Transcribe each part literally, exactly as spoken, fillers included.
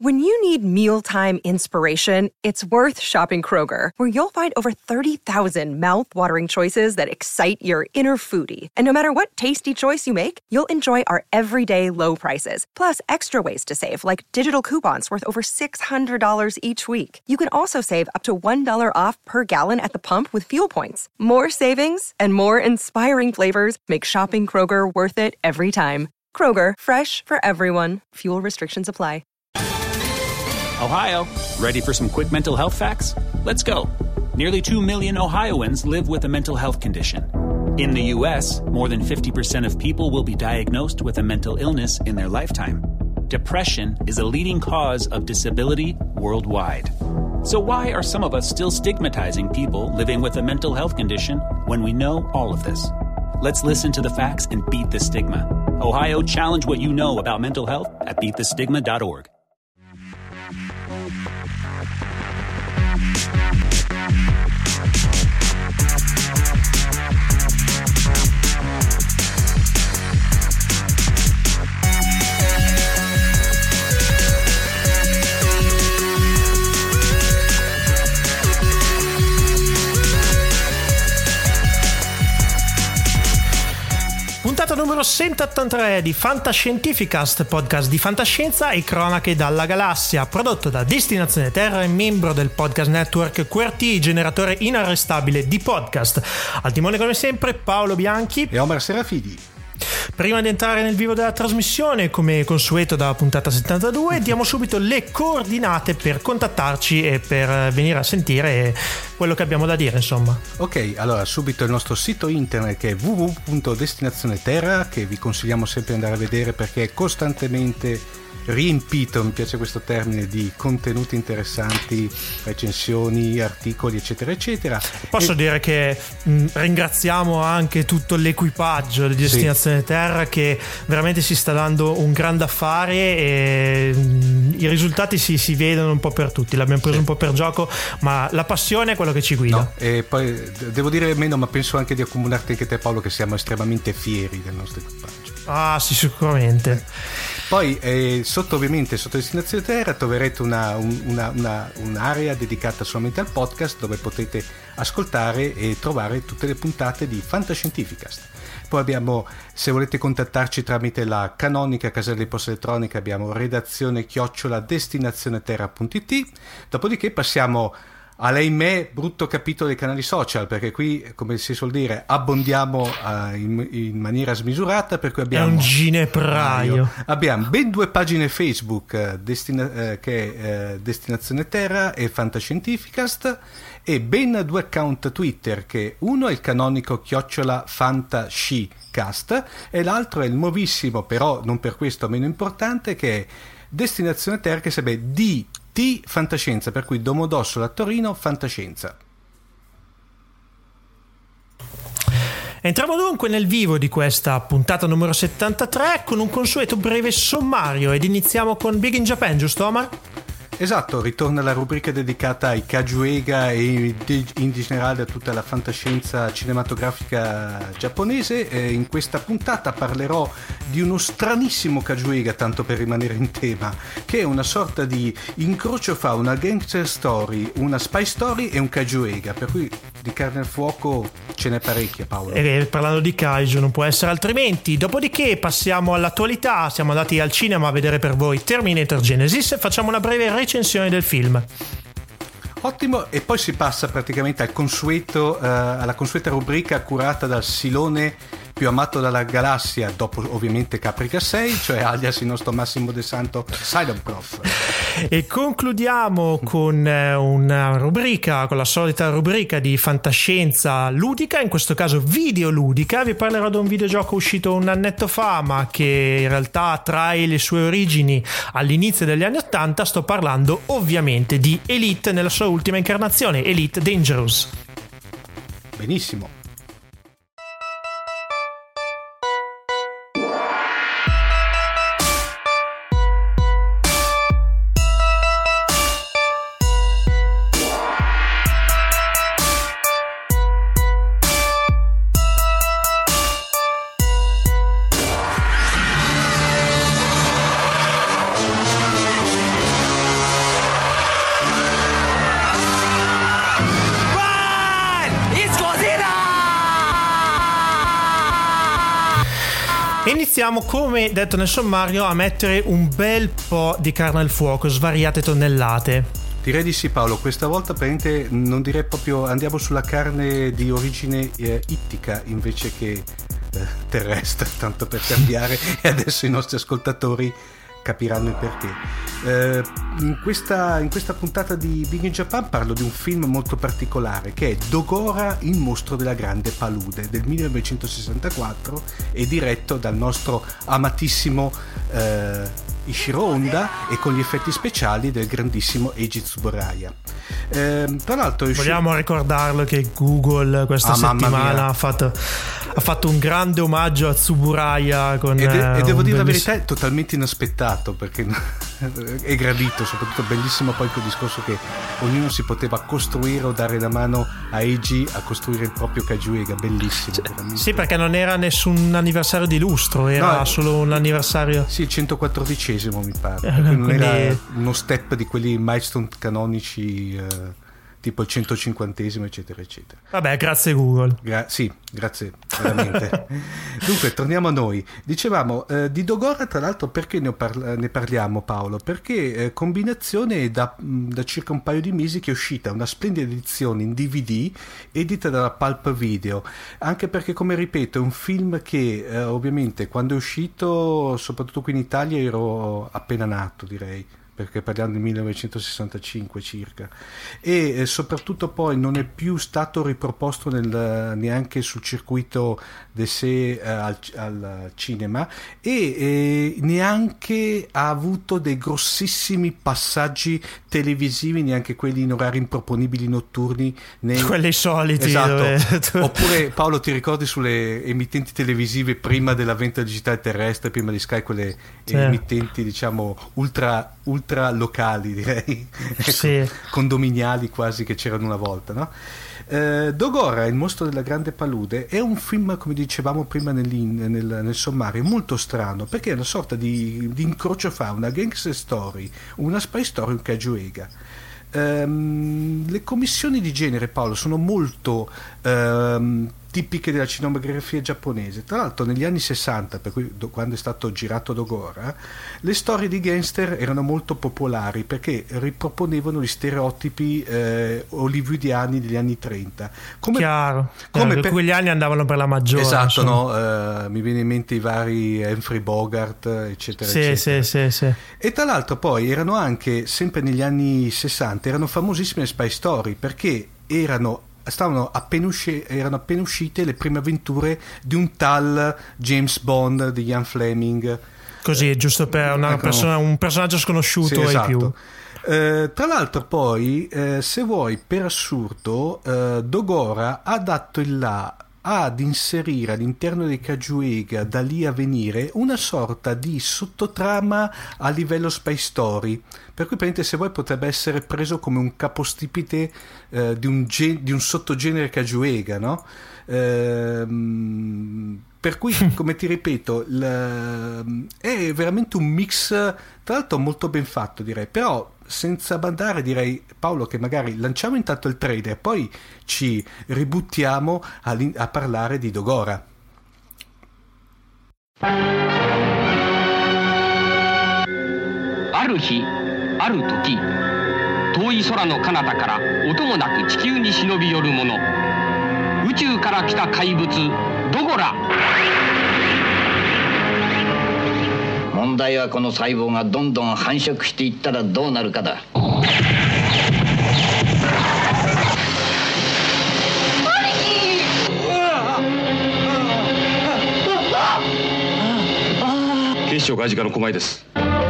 When you need mealtime inspiration, it's worth shopping Kroger, where you'll find over thirty thousand mouth-watering choices that excite your inner foodie. And no matter what tasty choice you make, you'll enjoy our everyday low prices, plus extra ways to save, like digital coupons worth over six hundred dollars each week. You can also save up to one dollar off per gallon at the pump with fuel points. More savings and more inspiring flavors make shopping Kroger worth it every time. Kroger, fresh for everyone. Fuel restrictions apply. Ohio, ready for some quick mental health facts? Let's go. Nearly two million Ohioans live with a mental health condition. In the U S, more than fifty percent of people will be diagnosed with a mental illness in their lifetime. Depression is a leading cause of disability worldwide. So why are some of us still stigmatizing people living with a mental health condition when we know all of this? Let's listen to the facts and beat the stigma. Ohio, challenge what you know about mental health at beat the stigma dot org. Puntata numero centottantatré di Fantascientificast, podcast di fantascienza e cronache dalla galassia, prodotto da Destinazione Terra e membro del podcast network Q R T, generatore inarrestabile di podcast. Al timone come sempre Paolo Bianchi e Omar Serafidi. Prima di entrare nel vivo della trasmissione, come consueto dalla puntata settantadue, diamo subito le coordinate per contattarci e per venire a sentire quello che abbiamo da dire, insomma. Ok, allora subito il nostro sito internet, che è w w w punto destinazione terra, che vi consigliamo sempre di andare a vedere perché è costantemente riempito, mi piace questo termine, di contenuti interessanti, recensioni, articoli eccetera eccetera. Posso e... dire che mh, ringraziamo anche tutto l'equipaggio di Destinazione sì. Terra, che veramente si sta dando un grande affare e mh, i risultati si, si vedono un po' per tutti, l'abbiamo preso sì. un po' per gioco, ma la passione è quello che ci guida. No, e poi devo dire meno, ma penso anche di accomunarti anche te, Paolo, che siamo estremamente fieri del nostro equipaggio. Ah sì, sicuramente. Poi eh, sotto ovviamente sotto Destinazione Terra troverete una, una, una, un'area dedicata solamente al podcast, dove potete ascoltare e trovare tutte le puntate di Fantascientificast. Poi abbiamo, se volete contattarci tramite la canonica casella di posta elettronica, abbiamo redazione chiocciola destinazioneterra punto it. Dopodiché passiamo all'ahimè brutto capitolo dei canali social, perché qui, come si suol dire, abbondiamo uh, in, in maniera smisurata, per cui abbiamo è un ginepraio. Abbiamo ben due pagine Facebook, uh, destina, uh, che è uh, Destinazione Terra e Fantascientificast, e ben due account Twitter, che uno è il canonico chiocciola Fantascicast e l'altro è il nuovissimo, però non per questo meno importante, che è Destinazione Terra, che sarebbe D T Fantascienza, per cui Domodossola Torino Fantascienza. Entriamo dunque nel vivo di questa puntata numero settantatré con un consueto breve sommario ed iniziamo con Big in Japan, giusto Omar? Esatto, ritorna la rubrica dedicata ai Kajueiga e in generale a tutta la fantascienza cinematografica giapponese. E in questa puntata parlerò di uno stranissimo Kajueiga, tanto per rimanere in tema, che è una sorta di incrocio fra una gangster story, una spy story e un Kajueiga, per cui di carne al fuoco ce n'è parecchia, Paolo. E parlando di kaiju non può essere altrimenti. Dopodiché passiamo all'attualità, siamo andati al cinema a vedere per voi Terminator Genesis e facciamo una breve recensione del film. Ottimo, e poi si passa praticamente al consueto, uh, alla consueta rubrica curata dal Silone più amato dalla galassia, dopo ovviamente Caprica sei, cioè alias il nostro Massimo De Santo, Silent Prof. E concludiamo con una rubrica, con la solita rubrica di fantascienza ludica, in questo caso videoludica. Vi parlerò di un videogioco uscito un annetto fa, ma che in realtà trae le sue origini all'inizio degli anni ottanta. Sto parlando ovviamente di Elite nella sua ultima incarnazione, Elite Dangerous. Benissimo. iniziamo, come detto nel sommario, a mettere un bel po' di carne al fuoco, svariate tonnellate. Direi di sì, Paolo, questa volta praticamente non direi proprio, andiamo sulla carne di origine eh, ittica invece che eh, terrestre, tanto per cambiare, e adesso i nostri ascoltatori capiranno il perché. Eh, in, questa, in questa puntata di Big in Japan parlo di un film molto particolare che è Dogora, il mostro della grande palude del millenovecentosessantaquattro e diretto dal nostro amatissimo eh, Ishiro Honda e con gli effetti speciali del grandissimo Eiji Tsuburaya. Eh, tra l'altro Ishiro... vogliamo ricordarlo che Google questa ah, settimana ha fatto, ha fatto un grande omaggio a Tsuburaya con, e, de- e devo dire la bellissimo... verità, è totalmente inaspettato perché è gradito, soprattutto bellissimo poi quel discorso che ognuno si poteva costruire o dare la mano a Eiji a costruire il proprio Kajuega, bellissimo, cioè, sì, perché non era nessun anniversario di lustro, era no, solo un anniversario, sì, il centoquattordicesimo mi pare, eh, non quindi... era uno step di quelli milestone canonici eh, tipo il centocinquantesimo eccetera eccetera. Vabbè, grazie Google. Gra- sì, grazie veramente. Dunque torniamo a noi. Dicevamo eh, di Dogora, tra l'altro, perché ne, parla- ne parliamo, Paolo? Perché eh, combinazione da, da circa un paio di mesi che è uscita una splendida edizione in D V D edita dalla Pulp Video, anche perché, come ripeto, è un film che eh, ovviamente quando è uscito, soprattutto qui in Italia, ero appena nato, direi, perché parliamo del millenovecentosessantacinque circa, e eh, soprattutto poi non è più stato riproposto nel, neanche sul circuito de sé eh, al, al cinema, e eh, neanche ha avuto dei grossissimi passaggi televisivi, neanche quelli in orari improponibili notturni, nei... quelli soliti, esatto. Dove... oppure, Paolo, ti ricordi sulle emittenti televisive prima dell'avvento digitale terrestre, prima di Sky, quelle sì. emittenti diciamo ultra ultra locali, direi, ecco, sì. condominiali quasi, che c'erano una volta, no? Eh, Dogora, il mostro della grande palude, è un film, come dicevamo prima nel, nel, nel sommario, molto strano, perché è una sorta di, di incrocio fra una gangster story, una spy story e un Kajuega. Um, le commissioni di genere, Paolo, sono molto um, tipiche della cinematografia giapponese. Tra l'altro negli anni sessanta, per cui do, quando è stato girato Dogora, le storie di gangster erano molto popolari perché riproponevano gli stereotipi eh, hollywoodiani degli anni trenta. Come, Chiaro, come per quegli anni andavano per la maggiore. Esatto, no? Uh, mi viene in mente i vari Humphrey Bogart, eccetera, sì, eccetera. Sì, sì, sì. E tra l'altro poi erano anche, sempre negli anni sessanta, erano famosissime spy story perché erano stavano appena usci- erano appena uscite le prime avventure di un tal James Bond di Ian Fleming, così giusto per una ecco, persona, un personaggio sconosciuto, sì, esatto. ai più eh, tra l'altro poi eh, se vuoi, per assurdo, eh, Dogora ha dato il là ad inserire all'interno dei Kajuega, da lì a venire, una sorta di sottotrama a livello spy story, per cui praticamente, se vuoi, potrebbe essere preso come un capostipite eh, di, un gen- di un sottogenere Kajuega, no? Ehm, per cui, come ti ripeto, l- è veramente un mix, tra l'altro molto ben fatto, direi, però senza bandare, direi, Paolo, che magari lanciamo intanto il trailer e poi ci ributtiamo a, a parlare di Dogora. ある日、ある時、遠い空の彼方から音もなく地球に忍び寄るもの、宇宙から来た怪物ドゴラ。 問題はこの細胞がどんどん繁殖していったらどうなるかだ。 警視庁外事課の駒井です。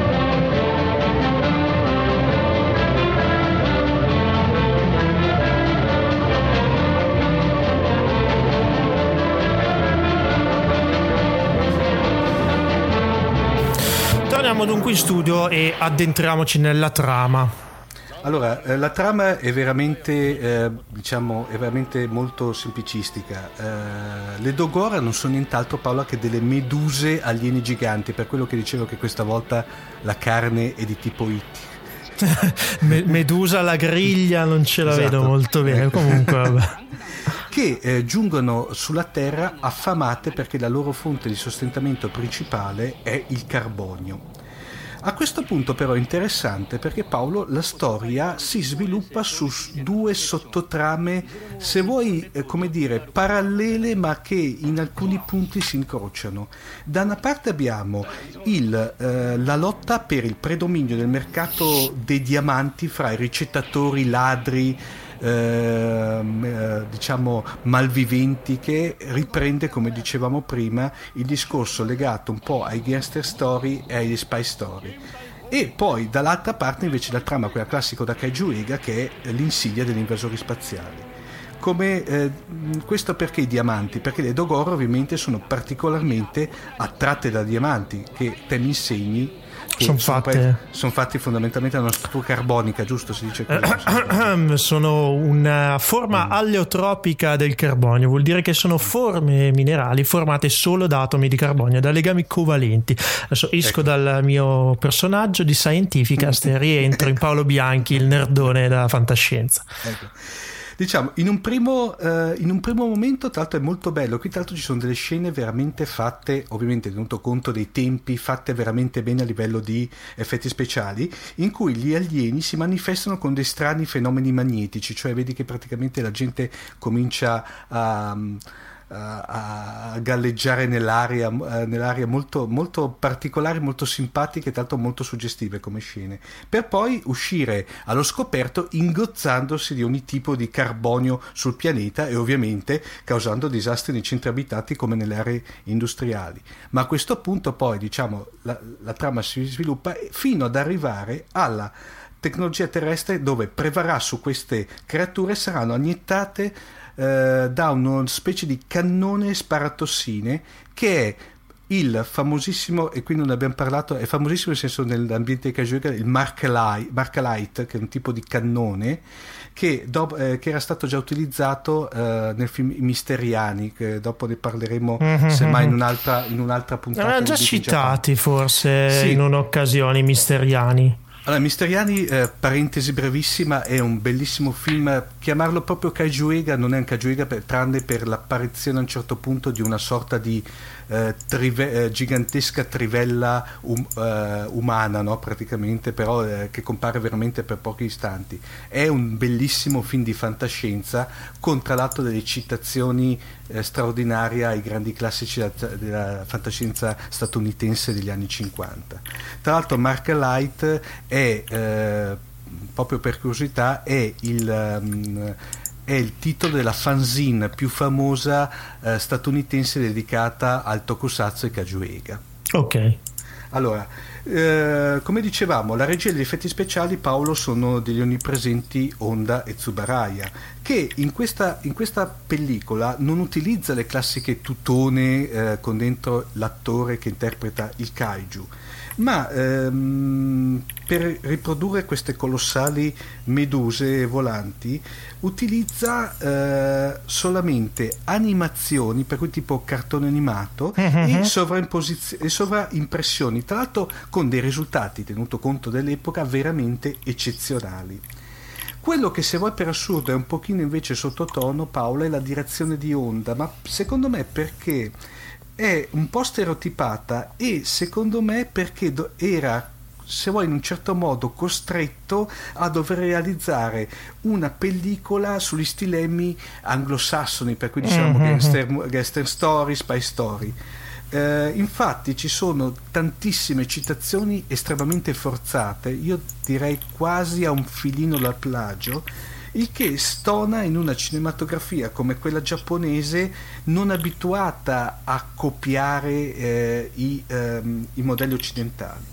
Torniamo dunque in studio e addentriamoci nella trama. Allora, eh, la trama è veramente, eh, diciamo, è veramente molto semplicistica. Eh, le Dogora non sono nient'altro, Paola, che delle meduse alieni giganti, per quello che dicevo che questa volta la carne è di tipo It. Medusa alla griglia non ce la Esatto. vedo molto bene, comunque vabbè. che eh, giungono sulla Terra affamate perché la loro fonte di sostentamento principale è il carbonio. A questo punto però è interessante perché, Paolo, la storia si sviluppa su due sottotrame, se vuoi, eh, come dire, parallele ma che in alcuni punti si incrociano. Da una parte abbiamo il, eh, la lotta per il predominio del mercato dei diamanti fra i ricettatori, ladri, Eh, diciamo malviventi, che riprende, come dicevamo prima, il discorso legato un po' ai gangster story e agli spy story. E poi dall'altra parte invece la trama, quella classica da Kaiju-ega, che è l'insidia degli invasori spaziali. Come, eh, questo perché i diamanti? Perché le Dogoro ovviamente sono particolarmente attratte da diamanti, che te mi insegni sono fatte sono fatti fondamentalmente da una struttura carbonica, giusto? Si dice così. Sono una forma mm. aleotropica del carbonio, vuol dire che sono forme minerali formate solo da atomi di carbonio, da legami covalenti. Adesso esco ecco. dal mio personaggio di Scientificast e rientro in Paolo Bianchi, il nerdone della fantascienza. Ecco. Diciamo, in un primo eh, in un primo momento, tra l'altro è molto bello, qui tra l'altro ci sono delle scene veramente fatte, ovviamente tenuto conto dei tempi, fatte veramente bene a livello di effetti speciali, in cui gli alieni si manifestano con dei strani fenomeni magnetici, cioè vedi che praticamente la gente comincia a... a galleggiare nell'aria, nell'aria molto, molto particolari, molto simpatiche e tanto molto suggestive come scene, per poi uscire allo scoperto ingozzandosi di ogni tipo di carbonio sul pianeta e ovviamente causando disastri nei centri abitati come nelle aree industriali. Ma a questo punto poi, diciamo, la, la trama si sviluppa fino ad arrivare alla tecnologia terrestre, dove prevarrà su queste creature, saranno aniettate Uh, da una specie di cannone sparatossine che è il famosissimo, e qui non ne abbiamo parlato, è famosissimo nel senso nell'ambiente di Kaiju-ega, il Markalite, che è un tipo di cannone che, do, eh, che era stato già utilizzato uh, nel film I Misteriani, che dopo ne parleremo mm-hmm. semmai in un'altra, in un'altra puntata. Erano già citati forse sì. in un'occasione I Misteriani. Allora, Misteriani, eh, parentesi brevissima, è un bellissimo film. Chiamarlo proprio Kaiju-ega non è un Kaiju-ega, per, tranne per l'apparizione a un certo punto di una sorta di eh, trive, eh, gigantesca trivella um, eh, umana, no? Praticamente, però eh, che compare veramente per pochi istanti. È un bellissimo film di fantascienza, con tra l'altro delle citazioni eh, straordinarie ai grandi classici della, della fantascienza statunitense degli anni cinquanta. Tra l'altro Markalite è, eh, proprio per curiosità, è il, um, è il titolo della fanzine più famosa eh, statunitense dedicata al tokusatsu e Kaiju-ega. Ok. Allora, eh, come dicevamo, la regia e gli effetti speciali, Paolo, sono degli onnipresenti Honda e Tsubaraya, che in questa, in questa pellicola non utilizza le classiche tutone eh, con dentro l'attore che interpreta il kaiju, ma ehm, per riprodurre queste colossali meduse volanti utilizza eh, solamente animazioni, per cui tipo cartone animato, uh-huh. e, sovraimposizio- e sovraimpressioni, tra l'altro con dei risultati, tenuto conto dell'epoca, veramente eccezionali. Quello che, se vuoi per assurdo, è un pochino invece sottotono, Paola, è la direzione di Honda, ma secondo me perché è un po' stereotipata e secondo me perché do- era, se vuoi, in un certo modo costretto a dover realizzare una pellicola sugli stilemi anglosassoni, per cui diciamo mm-hmm. gangster, gangster story, spy story. Eh, infatti ci sono tantissime citazioni estremamente forzate, io direi quasi a un filino dal plagio, il che stona in una cinematografia come quella giapponese, non abituata a copiare eh, i, ehm, i modelli occidentali.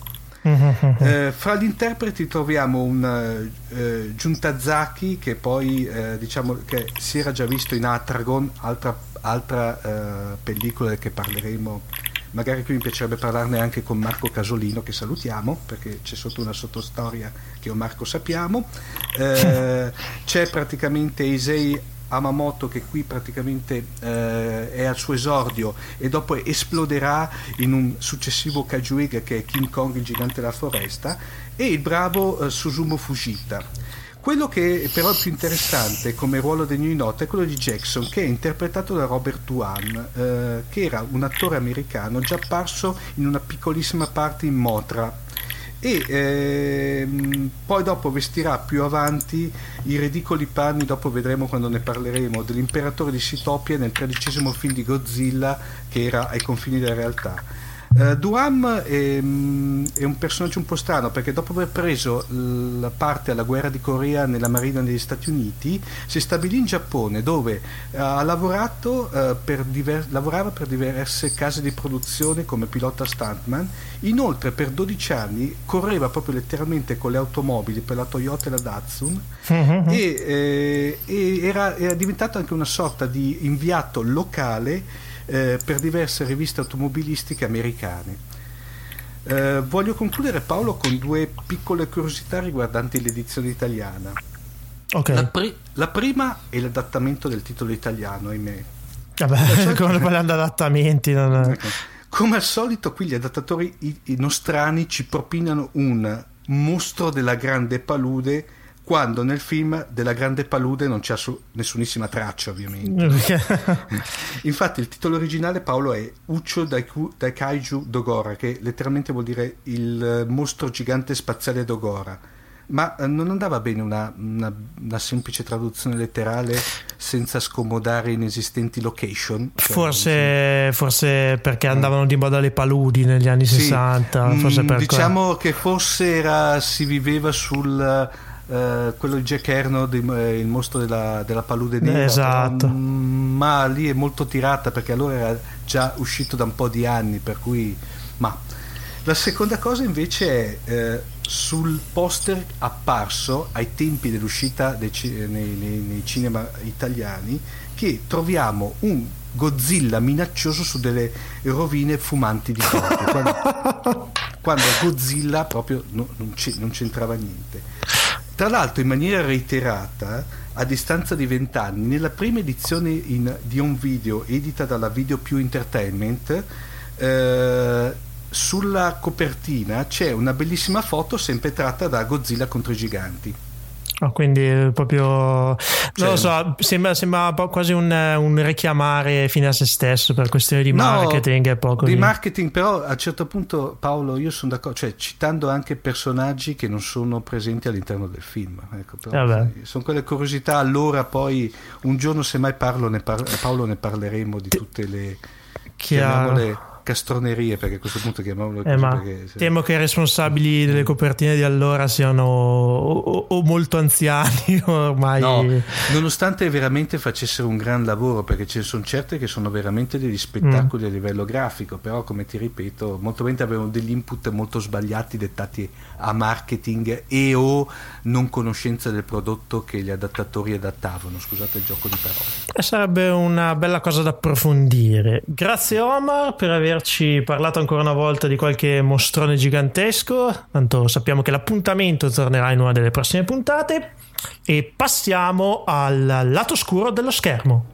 Eh, fra gli interpreti troviamo un eh, Juntazaki, che poi eh, diciamo che si era già visto in Atragon, altra, altra eh, pellicola che parleremo. Magari qui mi piacerebbe parlarne anche con Marco Casolino, che salutiamo perché c'è sotto una sottostoria che io Marco sappiamo. Eh, c'è praticamente Issei Hamamoto, che qui praticamente eh, è al suo esordio e dopo esploderà in un successivo Kaiju-ega che è King Kong, il gigante della foresta, e il bravo eh, Susumu Fujita. Quello che però è più interessante come ruolo degno di nota è quello di Jackson, che è interpretato da Robert Duvall, eh, che era un attore americano già apparso in una piccolissima parte in Mothra, e ehm, poi dopo vestirà più avanti i ridicoli panni, dopo vedremo quando ne parleremo, dell'imperatore di Sitopia nel tredicesimo film di Godzilla, che era ai confini della realtà. Uh, Duham è, è un personaggio un po' strano, perché dopo aver preso la parte alla guerra di Corea nella Marina degli Stati Uniti si stabilì in Giappone, dove uh, ha lavorato uh, per diver- lavorava per diverse case di produzione come pilota stuntman. Inoltre per dodici anni correva proprio letteralmente con le automobili per la Toyota e la Datsun, mm-hmm. e, eh, e era, era diventato anche una sorta di inviato locale Eh, per diverse riviste automobilistiche americane. Eh, voglio concludere, Paolo, con due piccole curiosità riguardanti l'edizione italiana. Okay. La, pri- la prima è l'adattamento del titolo italiano, ahimè. Vabbè, come parliamo di adattamenti, non è... Come al solito qui gli adattatori i- i nostrani ci propinano un mostro della grande palude, quando nel film della grande palude non c'è su- nessunissima traccia, ovviamente. Infatti il titolo originale, Paolo, è Ucho Daiku- Daikaiju Dogora, che letteralmente vuol dire il mostro gigante spaziale Dogora, ma eh, non andava bene una, una, una semplice traduzione letterale senza scomodare inesistenti location? Cioè, forse, forse perché andavano di moda le paludi negli anni sì, sessanta, forse per diciamo quello. Che forse era, si viveva sul Uh, quello di Jack Arnold, il, il mostro della, della palude nera, esatto. Però, ma lì è molto tirata, perché allora era già uscito da un po' di anni, per cui ma la seconda cosa invece è eh, sul poster apparso ai tempi dell'uscita dei, nei, nei, nei cinema italiani, che troviamo un Godzilla minaccioso su delle rovine fumanti di fuoco, quando, quando Godzilla proprio no, non, non c'entrava niente. Tra l'altro, in maniera reiterata, a distanza di vent'anni, nella prima edizione in, di Home Video, edita dalla Video Più Entertainment, eh, sulla copertina c'è una bellissima foto sempre tratta da Godzilla contro i giganti. Oh, quindi proprio non cioè, lo so, sembra, sembra quasi un, un richiamare fine a se stesso per questioni di marketing, no, e poco di lì. marketing. Però a un certo punto, Paolo, io sono d'accordo, cioè citando anche personaggi che non sono presenti all'interno del film, ecco, però, sai, sono quelle curiosità. Allora poi un giorno, se mai parlo, ne par- Paolo ne parleremo di tutte le, chiamiamole castronerie, perché a questo punto chiamiamolo così, eh, ma perché, se... temo che i responsabili delle copertine di allora siano o, o, o molto anziani ormai. No, nonostante veramente facessero un gran lavoro, perché ce ne sono certe che sono veramente degli spettacoli mm. a livello grafico, però come ti ripeto, molto bene avevano degli input molto sbagliati dettati a marketing e o non conoscenza del prodotto che gli adattatori adattavano. Scusate il gioco di parole. Sarebbe una bella cosa da approfondire. Grazie Omar per averci parlato ancora una volta di qualche mostrone gigantesco. Tanto sappiamo che l'appuntamento tornerà in una delle prossime puntate, e passiamo al lato scuro dello schermo.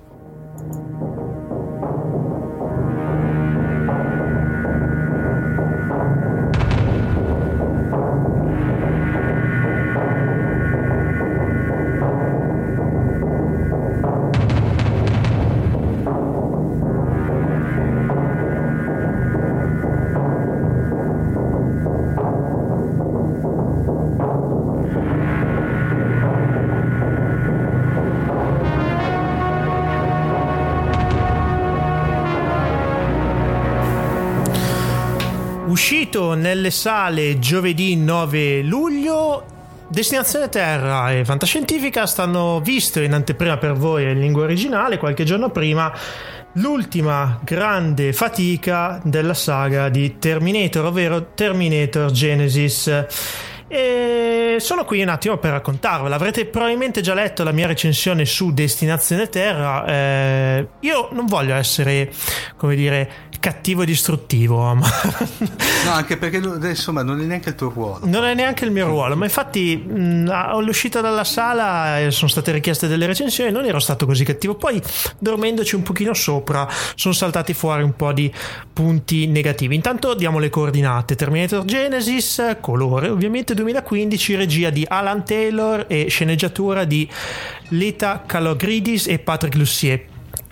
Uscito nelle sale giovedì nove luglio, Destinazione Terra e Fantascientifica stanno, visto in anteprima per voi in lingua originale qualche giorno prima, l'ultima grande fatica della saga di Terminator, ovvero Terminator Genesis. E sono qui un attimo per raccontarvela. Avrete probabilmente già letto la mia recensione su Destinazione Terra. Eh, io non voglio essere, come dire, cattivo e distruttivo. No, anche perché insomma non è neanche il tuo ruolo. Non è neanche il mio ruolo, ma infatti mh, all'uscita dalla sala eh, sono state richieste delle recensioni, non ero stato così cattivo. Poi dormendoci un pochino sopra sono saltati fuori un po' di punti negativi. Intanto diamo le coordinate: Terminator Genesis, colore ovviamente duemilaquindici, regia di Alan Taylor e sceneggiatura di Leta Kalogridis e Patrick Lussier.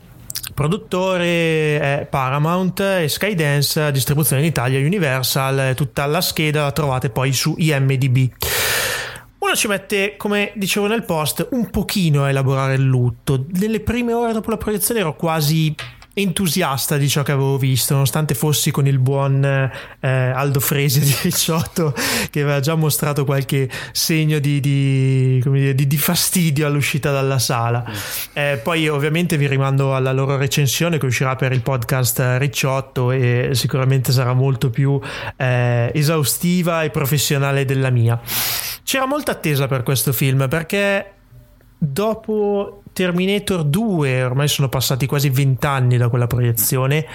Produttore è Paramount e Skydance, distribuzione in Italia Universal. Tutta la scheda la trovate poi su I M D B. Uno ci mette, come dicevo nel post, un pochino a elaborare il lutto. Nelle prime ore dopo la proiezione ero quasi entusiasta di ciò che avevo visto, nonostante fossi con il buon eh, Aldo Fresi di Ricciotto, che aveva già mostrato qualche segno di, di, come dire, di, di fastidio all'uscita dalla sala. Eh, poi ovviamente vi rimando alla loro recensione che uscirà per il podcast Ricciotto e sicuramente sarà molto più eh, esaustiva e professionale della mia. C'era molta attesa per questo film perché dopo Terminator due, ormai sono passati quasi vent'anni da quella proiezione,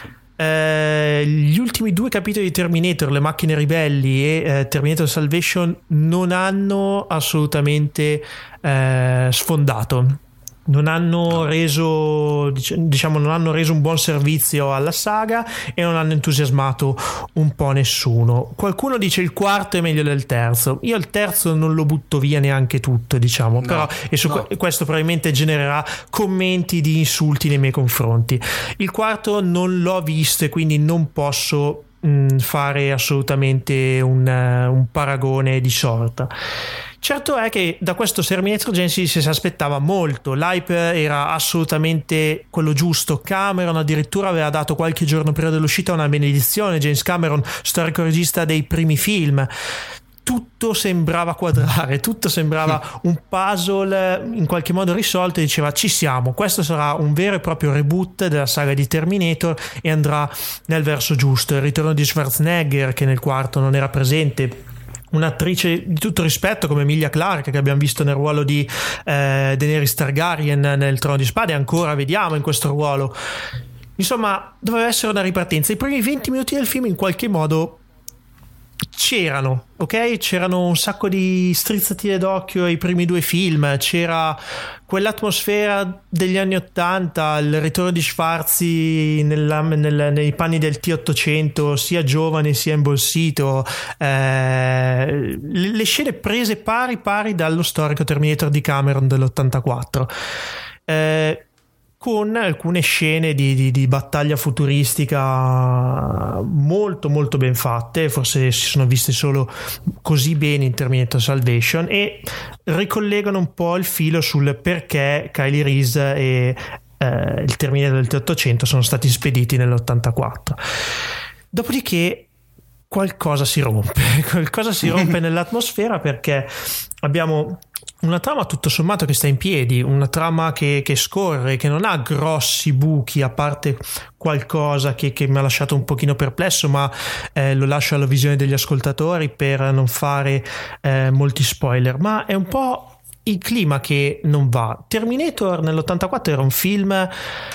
eh, gli ultimi due capitoli di Terminator, Le macchine ribelli e eh, Terminator Salvation, non hanno assolutamente eh, sfondato. Non hanno reso, diciamo, non hanno reso un buon servizio alla saga e non hanno entusiasmato un po' nessuno. Qualcuno dice il quarto è meglio del terzo. Io il terzo non lo butto via neanche tutto, diciamo, no, però e su no. questo probabilmente genererà commenti di insulti nei miei confronti. Il quarto non l'ho visto e quindi non posso mh, fare assolutamente un, uh, un paragone di sorta. Certo è che da questo Terminator Genesis si aspettava molto, l'hype era assolutamente quello giusto. Cameron addirittura aveva dato qualche giorno prima dell'uscita una benedizione, James Cameron, storico regista dei primi film. Tutto sembrava quadrare, tutto sembrava un puzzle in qualche modo risolto, e diceva ci siamo, questo sarà un vero e proprio reboot della saga di Terminator e andrà nel verso giusto. Il ritorno di Schwarzenegger, che nel quarto non era presente, un'attrice di tutto rispetto come Emilia Clarke, che abbiamo visto nel ruolo di eh, Daenerys Targaryen nel Trono di Spade, e ancora vediamo in questo ruolo. Insomma, doveva essere una ripartenza. I primi venti minuti del film in qualche modo c'erano, ok? C'erano un sacco di strizzatine d'occhio ai primi due film, c'era quell'atmosfera degli anni ottanta, il ritorno di Schwarzi nella, nel, nei panni del T ottocento, sia giovane sia imbolsito, eh, le, le scene prese pari pari dallo storico Terminator di Cameron dell'ottantaquattro, eh, con alcune scene di, di, di battaglia futuristica molto molto ben fatte, forse si sono viste solo così bene in Terminator Salvation, e ricollegano un po' il filo sul perché Kylie Reese e eh, il Terminator del T ottocento sono stati spediti nell'ottantaquattro. Dopodiché qualcosa si rompe, qualcosa si rompe nell'atmosfera, perché abbiamo una trama tutto sommato che sta in piedi, una trama che, che scorre, che non ha grossi buchi, a parte qualcosa che, che mi ha lasciato un pochino perplesso, ma eh, lo lascio alla visione degli ascoltatori per non fare eh, molti spoiler. Ma è un po' il clima che non va. Terminator nell'ottantaquattro era un film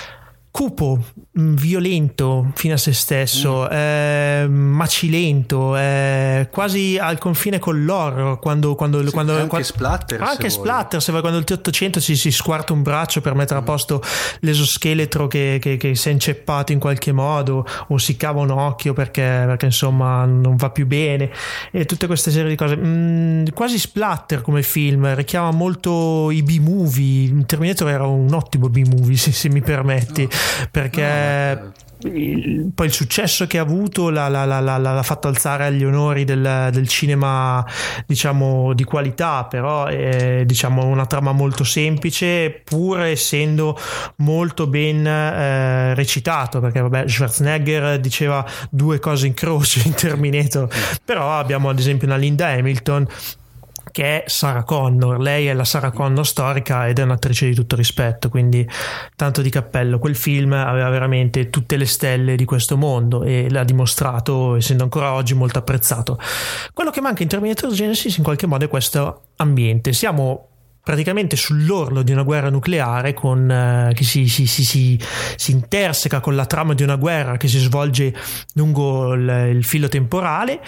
cupo, violento fino a se stesso, mm. eh, macilento, eh, quasi al confine con l'horror, quando, quando, sì, quando anche quando, splatter anche se splatter vuoi. Se vuoi, quando il T ottocento si, si squarta un braccio per mettere mm. a posto l'esoscheletro che, che, che si è inceppato in qualche modo, o si cava un occhio perché, perché insomma non va più bene, e tutte queste serie di cose, mm, quasi splatter come film, richiama molto i B-movie. Terminator era un ottimo B-movie, se, se mi permetti, no. perché no, il, poi il successo che ha avuto l'ha, l'ha, l'ha, l'ha, l'ha fatto alzare agli onori del, del cinema, diciamo, di qualità, però è, diciamo, una trama molto semplice, pur essendo molto ben eh, recitato, perché vabbè, Schwarzenegger diceva due cose in croce in Terminator, però abbiamo ad esempio una Linda Hamilton che è Sarah Connor. Lei è la Sarah Connor storica ed è un'attrice di tutto rispetto, quindi tanto di cappello. Quel film aveva veramente tutte le stelle di questo mondo e l'ha dimostrato, essendo ancora oggi molto apprezzato. Quello che manca in Terminator Genesis in qualche modo è questo ambiente. Siamo praticamente sull'orlo di una guerra nucleare con, eh, che si, si, si, si, si interseca con la trama di una guerra che si svolge lungo il, il filo temporale,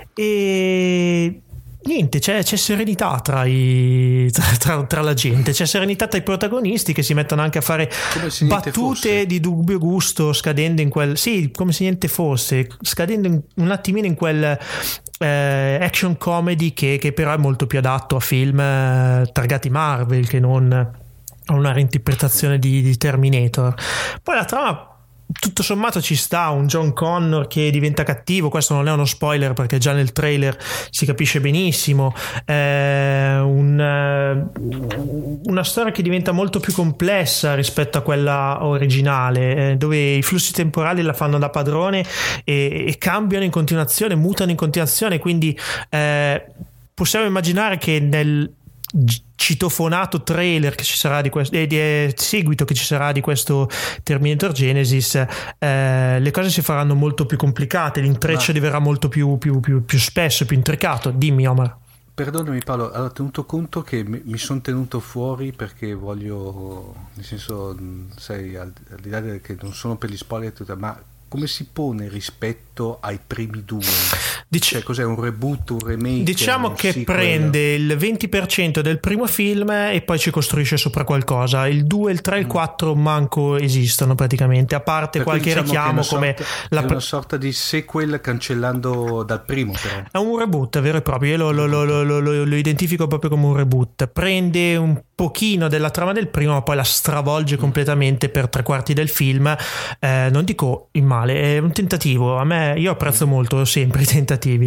e niente, c'è, c'è serenità tra, i, tra, tra la gente, c'è serenità tra i protagonisti che si mettono anche a fare battute fosse. di dubbio gusto, scadendo in quel, sì, come se niente fosse, scadendo in, un attimino in quel eh, action comedy che, che però è molto più adatto a film eh, targati Marvel che non a una reinterpretazione di, di Terminator. Poi la trama tutto sommato ci sta, un John Connor che diventa cattivo, questo non è uno spoiler perché già nel trailer si capisce benissimo, eh, un, una storia che diventa molto più complessa rispetto a quella originale, eh, dove i flussi temporali la fanno da padrone e, e cambiano in continuazione, mutano in continuazione, quindi eh, possiamo immaginare che nel citofonato trailer che ci sarà di questo eh, di, eh, seguito che ci sarà di questo Terminator Genesis, eh, le cose si faranno molto più complicate, l'intreccio Ma... diverrà molto più, più, più, più spesso, più intricato. Dimmi Omar. Perdonami Paolo, ho tenuto conto che mi, mi sono tenuto fuori perché voglio, nel senso, sai, al, al di là del che non sono per gli spoiler, ma come si pone rispetto ai primi due? Dic- cioè, cos'è, un reboot, un remake? Diciamo un che sequel? Prende il venti per cento del primo film e poi ci costruisce sopra qualcosa. Il due, il tre e il quattro manco esistono praticamente, a parte per qualche diciamo richiamo sorta, come la è una sorta di sequel cancellando dal primo, però. È un reboot vero e proprio, io lo, lo, lo, lo, lo, lo identifico proprio come un reboot. Prende un pochino della trama del primo ma poi la stravolge completamente per tre quarti del film, eh, non dico in male, è un tentativo. A me, io apprezzo molto sempre i tentativi,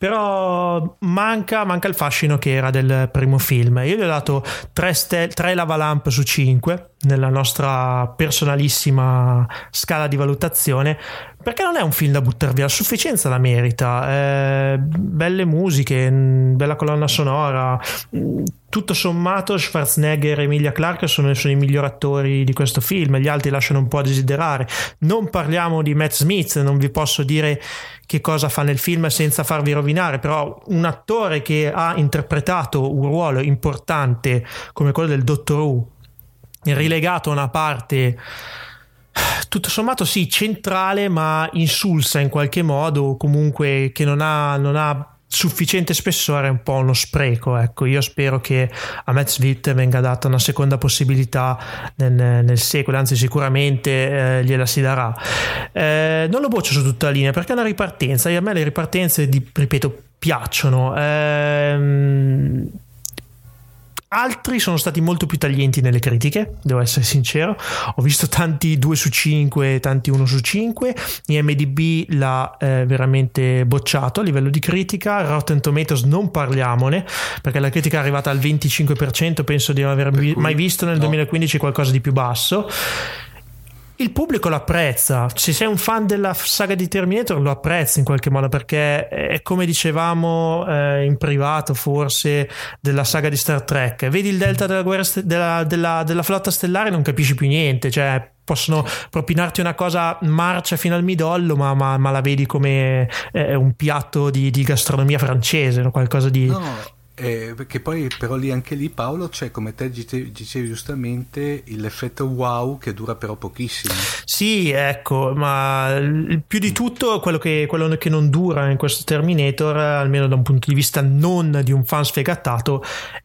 però manca manca il fascino che era del primo film. Io gli ho dato tre stel- tre lavalamp su cinque nella nostra personalissima scala di valutazione, perché non è un film da buttar via, a sufficienza la merita, eh, belle musiche, bella colonna sonora, tutto sommato Schwarzenegger e Emilia Clarke sono, sono i migliori attori di questo film, gli altri lasciano un po' a desiderare. Non parliamo di Matt Smith, non vi posso dire che cosa fa nel film senza farvi rovinare, però un attore che ha interpretato un ruolo importante come quello del Dottor Who, rilegato a una parte tutto sommato sì centrale ma insulsa in qualche modo, comunque che non ha, non ha sufficiente spessore, è un po' uno spreco. Ecco, io spero che a Matt Smith venga data una seconda possibilità nel, nel sequel, anzi sicuramente eh, gliela si darà. Eh, non lo boccio su tutta la linea perché è una ripartenza, e a me le ripartenze di, ripeto, piacciono. Ehm Altri sono stati molto più taglienti nelle critiche, devo essere sincero. Ho visto tanti due su cinque, tanti uno su cinque. I M D B l'ha eh, veramente bocciato a livello di critica. Rotten Tomatoes non parliamone, perché la critica è arrivata al venticinque per cento, penso di non aver vi- mai visto nel no. duemilaquindici qualcosa di più basso. Il pubblico lo apprezza, se sei un fan della saga di Terminator lo apprezzi in qualche modo, perché è come dicevamo eh, in privato forse della saga di Star Trek, vedi il delta della, guerra st- della, della, della flotta stellare e non capisci più niente, cioè possono propinarti una cosa marcia fino al midollo ma, ma, ma la vedi come eh, un piatto di, di gastronomia francese, no? Qualcosa di... No. Eh, perché poi però lì anche lì Paolo c'è, come te dicevi, dicevi giustamente, l'effetto wow che dura però pochissimo. Sì, ecco, ma più di tutto quello che, quello che non dura in questo Terminator, almeno da un punto di vista non di un fan sfegatato,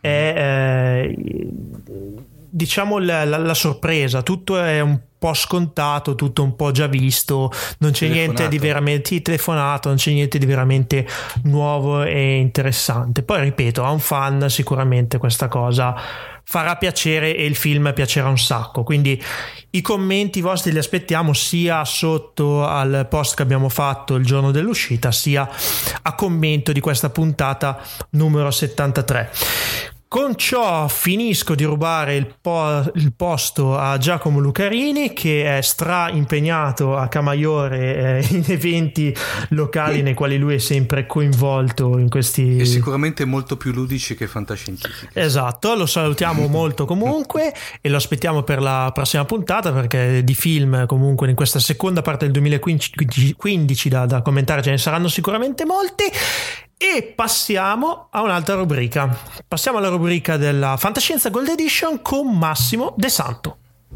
è eh, diciamo la, la, la sorpresa. Tutto è un po' scontato, tutto un po' già visto, non c'è niente di veramente telefonato, non c'è niente di veramente nuovo e interessante. Poi ripeto, a un fan sicuramente questa cosa farà piacere e il film piacerà un sacco, quindi i commenti vostri li aspettiamo sia sotto al post che abbiamo fatto il giorno dell'uscita, sia a commento di questa puntata numero settantatré. Con ciò finisco di rubare il, po- il posto a Giacomo Lucarini, che è stra impegnato a Camaiore eh, in eventi locali nei quali lui è sempre coinvolto in questi... E sicuramente molto più ludici che fantascientifici. Esatto, lo salutiamo molto comunque e lo aspettiamo per la prossima puntata, perché di film comunque in questa seconda parte del duemilaquindici da, da commentare ce ne saranno sicuramente molti. E passiamo a un'altra rubrica. Passiamo alla rubrica della Fantascienza Gold Edition con Massimo De Santo.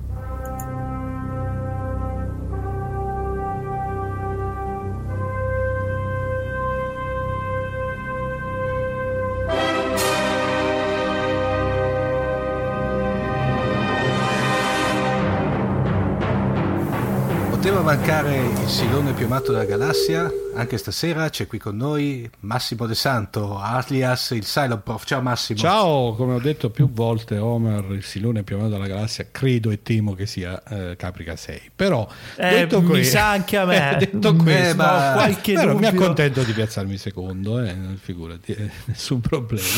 Poteva mancare il silone più amato della galassia? Anche stasera c'è qui con noi Massimo De Santo, alias il Silent Prof. Ciao Massimo. Ciao, come ho detto più volte, Homer, il silone più amato della galassia, credo e temo che sia eh, Caprica sei. Però eh, detto mi questo, sa anche a me. detto eh, questo, ma qualche però dubbio. mi accontento di piazzarmi secondo, eh, figurati, eh, nessun problema.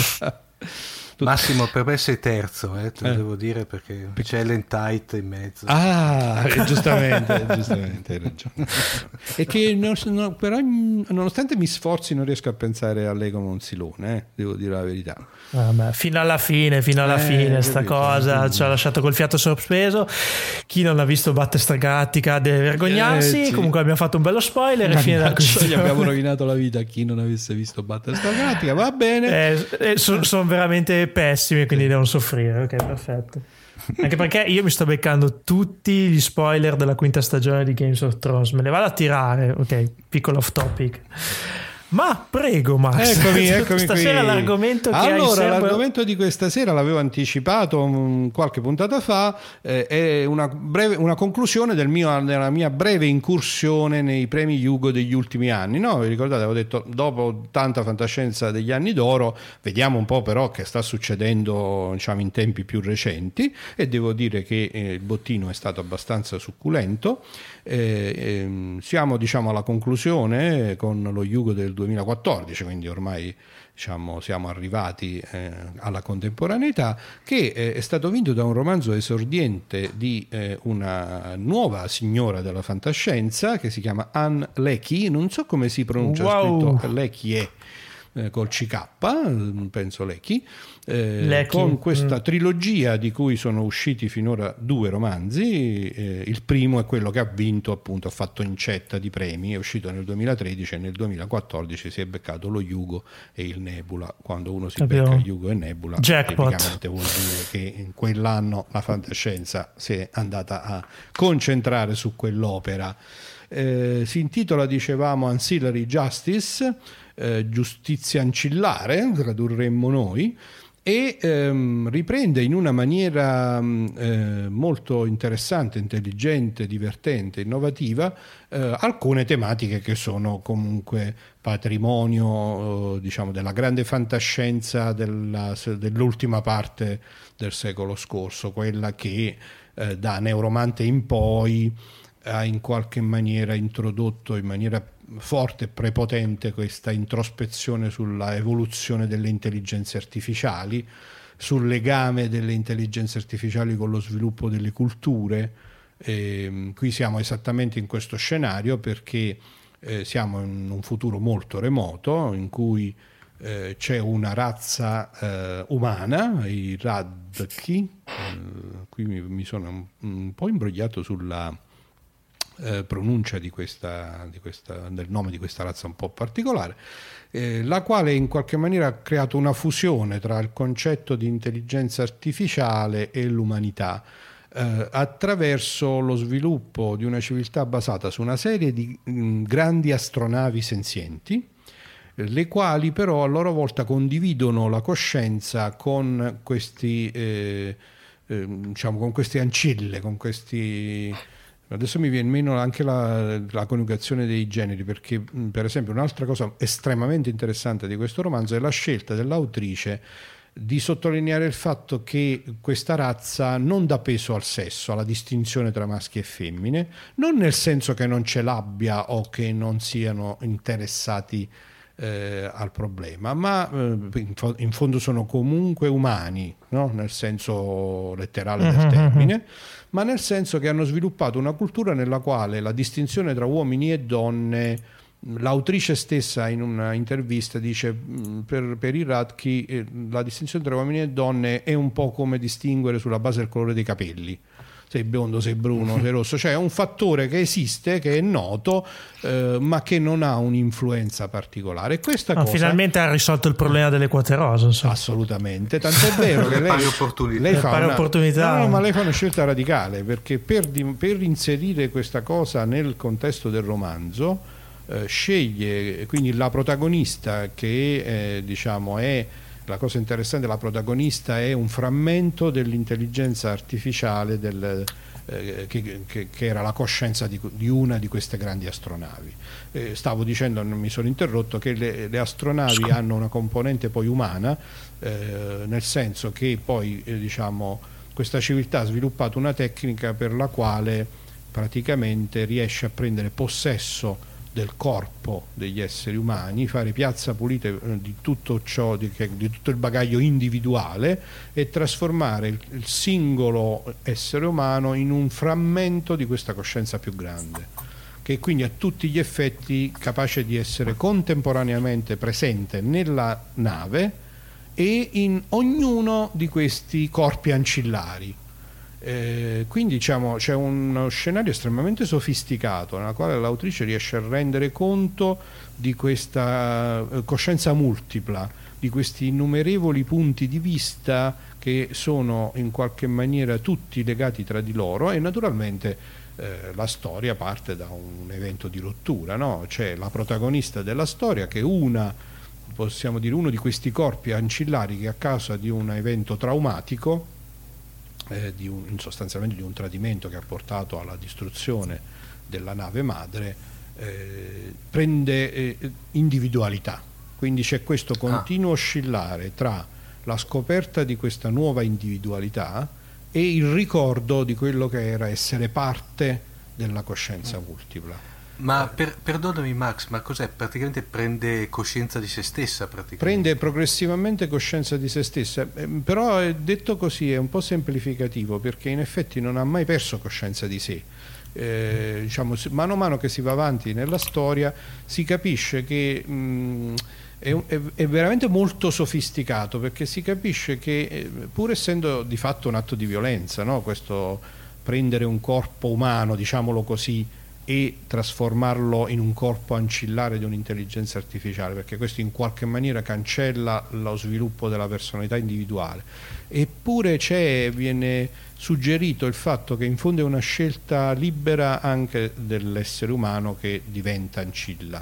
Massimo, per me sei terzo, eh, te lo eh. devo dire, perché c'è Ellen Tight in mezzo. Ah, giustamente, giustamente, hai ragione. E che non, no, però nonostante mi sforzi non riesco a pensare a lei come un silone, eh, devo dire la verità. Vabbè, fino alla fine, fino alla Eh, fine sta capito, cosa capito. ci ha lasciato col fiato sospeso. Chi non ha visto Battlestar Galactica deve vergognarsi. Eh, sì. Comunque abbiamo fatto un bello spoiler e fine della Mannaggia, gli questione. abbiamo rovinato la vita a chi non avesse visto Battlestar Galactica, va bene. Eh, eh, sono son veramente pessimi, quindi devono soffrire. Ok, perfetto. Anche perché io mi sto beccando tutti gli spoiler della quinta stagione di Games of Thrones, me ne vado a tirare. Ok, piccolo off topic. Ma prego Max, Eccomi, eccomi stasera qui. l'argomento che hai in allora serbo... l'argomento di questa sera l'avevo anticipato um, qualche puntata fa, eh, è una, breve, una conclusione del mio, della mia breve incursione nei premi Hugo degli ultimi anni, no? Vi ricordate, avevo detto dopo tanta fantascienza degli anni d'oro vediamo un po' però che sta succedendo, diciamo, in tempi più recenti, e devo dire che eh, il bottino è stato abbastanza succulento. Eh, ehm, siamo, diciamo, alla conclusione con lo Hugo del duemilaquattordici, quindi ormai, diciamo, siamo arrivati eh, alla contemporaneità, che eh, è stato vinto da un romanzo esordiente di eh, una nuova signora della fantascienza che si chiama Ann Leckie, non so come si pronuncia, Wow. scritto Leckie eh, col C K, penso Leckie, eh, Leckie. con questa Mm. trilogia di cui sono usciti finora due romanzi. Eh, il primo è quello che ha vinto, appunto, ha fatto incetta di premi, è uscito nel duemilatredici e nel duemilaquattordici si è beccato lo Hugo e il Nebula. Quando uno si Capito. becca Hugo e Nebula, Jackpot. tipicamente vuol dire che in quell'anno la fantascienza si è andata a concentrare su quell'opera. Eh, si intitola, dicevamo, Ancillary Justice, eh, giustizia ancillare, tradurremmo noi, e ehm, riprende in una maniera mh, eh, molto interessante, intelligente, divertente, innovativa eh, alcune tematiche che sono comunque patrimonio eh, diciamo della grande fantascienza della, dell'ultima parte del secolo scorso, quella che eh, da Neuromante in poi ha in qualche maniera introdotto in maniera forte e prepotente questa introspezione sulla evoluzione delle intelligenze artificiali, sul legame delle intelligenze artificiali con lo sviluppo delle culture. E qui siamo esattamente in questo scenario perché eh, siamo in un futuro molto remoto in cui eh, c'è una razza eh, umana, i Radki, eh, qui mi, mi sono un, un po' imbrogliato sulla Eh, pronuncia di questa, di questa, del nome di questa razza un po' particolare, eh, la quale in qualche maniera ha creato una fusione tra il concetto di intelligenza artificiale e l'umanità eh, attraverso lo sviluppo di una civiltà basata su una serie di mh, grandi astronavi senzienti, le quali però a loro volta condividono la coscienza con questi eh, eh, diciamo con queste ancille, con questi. Adesso mi viene meno anche la, la coniugazione dei generi, perché per esempio un'altra cosa estremamente interessante di questo romanzo è la scelta dell'autrice di sottolineare il fatto che questa razza non dà peso al sesso, alla distinzione tra maschi e femmine, non nel senso che non ce l'abbia o che non siano interessati eh, al problema, ma eh, in, fo- in fondo sono comunque umani, no? Nel senso letterale del termine, ma nel senso che hanno sviluppato una cultura nella quale la distinzione tra uomini e donne, l'autrice stessa in una intervista dice per, per i Radki eh, la distinzione tra uomini e donne è un po' come distinguere sulla base del colore dei capelli, sei biondo, sei bruno, sei rosso, cioè è un fattore che esiste, che è noto, eh, ma che non ha un'influenza particolare. E questa no, cosa finalmente ha risolto il problema delle quote rosa, insomma. Assolutamente, tant'è vero che lei, pari opportunità. lei fa pari una, opportunità. no, no, ma lei fa una scelta radicale, perché per, di, per inserire questa cosa nel contesto del romanzo eh, sceglie quindi la protagonista che eh, diciamo è la cosa interessante, la protagonista è un frammento dell'intelligenza artificiale del, eh, che, che, che era la coscienza di, di una di queste grandi astronavi. Eh, stavo dicendo, non mi sono interrotto, che le, le astronavi hanno una componente poi umana, eh, nel senso che poi eh, diciamo questa civiltà ha sviluppato una tecnica per la quale praticamente riesce a prendere possesso del corpo degli esseri umani, fare piazza pulita di tutto ciò, di, di tutto il bagaglio individuale e trasformare il, il singolo essere umano in un frammento di questa coscienza più grande, che è quindi a tutti gli effetti capace di essere contemporaneamente presente nella nave e in ognuno di questi corpi ancillari. Eh, quindi diciamo, c'è uno scenario estremamente sofisticato nella quale l'autrice riesce a rendere conto di questa eh, coscienza multipla, di questi innumerevoli punti di vista che sono in qualche maniera tutti legati tra di loro, e naturalmente eh, la storia parte da un evento di rottura, no? C'è la protagonista della storia che è una, possiamo dire, uno di questi corpi ancillari che a causa di un evento traumatico, Eh, di un, sostanzialmente di un tradimento che ha portato alla distruzione della nave madre, eh, prende eh, individualità. Quindi c'è questo continuo ah. oscillare tra la scoperta di questa nuova individualità e il ricordo di quello che era essere parte della coscienza multipla. Ma per, perdonami Max, ma cos'è? Praticamente prende coscienza di se stessa? Praticamente. Prende progressivamente coscienza di se stessa, eh, però è detto così è un po' semplificativo, perché in effetti non ha mai perso coscienza di sé. Eh, diciamo, mano a mano che si va avanti nella storia si capisce che mh, è, è, è veramente molto sofisticato, perché si capisce che eh, pur essendo di fatto un atto di violenza, no? Questo prendere un corpo umano, diciamolo così, e trasformarlo in un corpo ancillare di un'intelligenza artificiale, perché questo in qualche maniera cancella lo sviluppo della personalità individuale. Eppure c'è, viene suggerito il fatto che in fondo è una scelta libera anche dell'essere umano che diventa ancilla.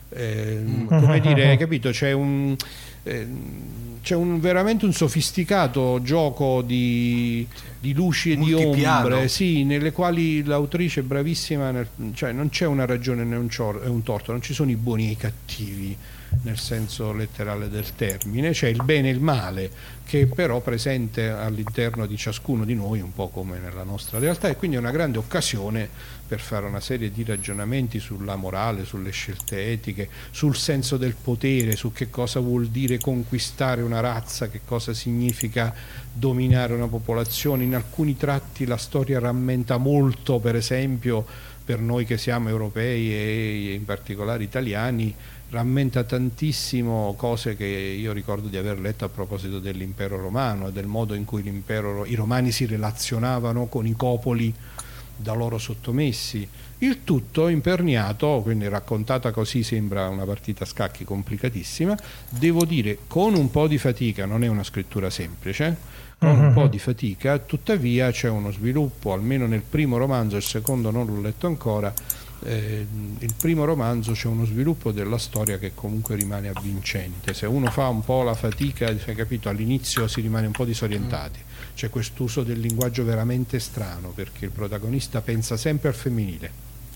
Eh, come dire, capito? C'è un eh, c'è un, veramente un sofisticato gioco di, di luci e di ombre, sì, nelle quali l'autrice è bravissima, nel, cioè non c'è una ragione né un, cior, un torto, non ci sono i buoni e i cattivi nel senso letterale del termine, c'è il bene e il male che è però presente all'interno di ciascuno di noi, un po' come nella nostra realtà, e quindi è una grande occasione per fare una serie di ragionamenti sulla morale, sulle scelte etiche, sul senso del potere, su che cosa vuol dire conquistare una razza, che cosa significa dominare una popolazione. In alcuni tratti la storia rammenta molto, per esempio per noi che siamo europei e in particolare italiani, rammenta tantissimo cose che io ricordo di aver letto a proposito dell'impero romano e del modo in cui l'impero, i romani si relazionavano con i popoli da loro sottomessi, il tutto imperniato, quindi raccontata così sembra una partita a scacchi complicatissima, devo dire con un po' di fatica, non è una scrittura semplice, con un po' di fatica, tuttavia c'è uno sviluppo, almeno nel primo romanzo, il secondo non l'ho letto ancora. Eh, il primo romanzo c'è uno sviluppo della storia che comunque rimane avvincente. Se uno fa un po' la fatica, hai capito, all'inizio si rimane un po' disorientati, c'è quest'uso del linguaggio veramente strano, perché il protagonista pensa sempre al femminile,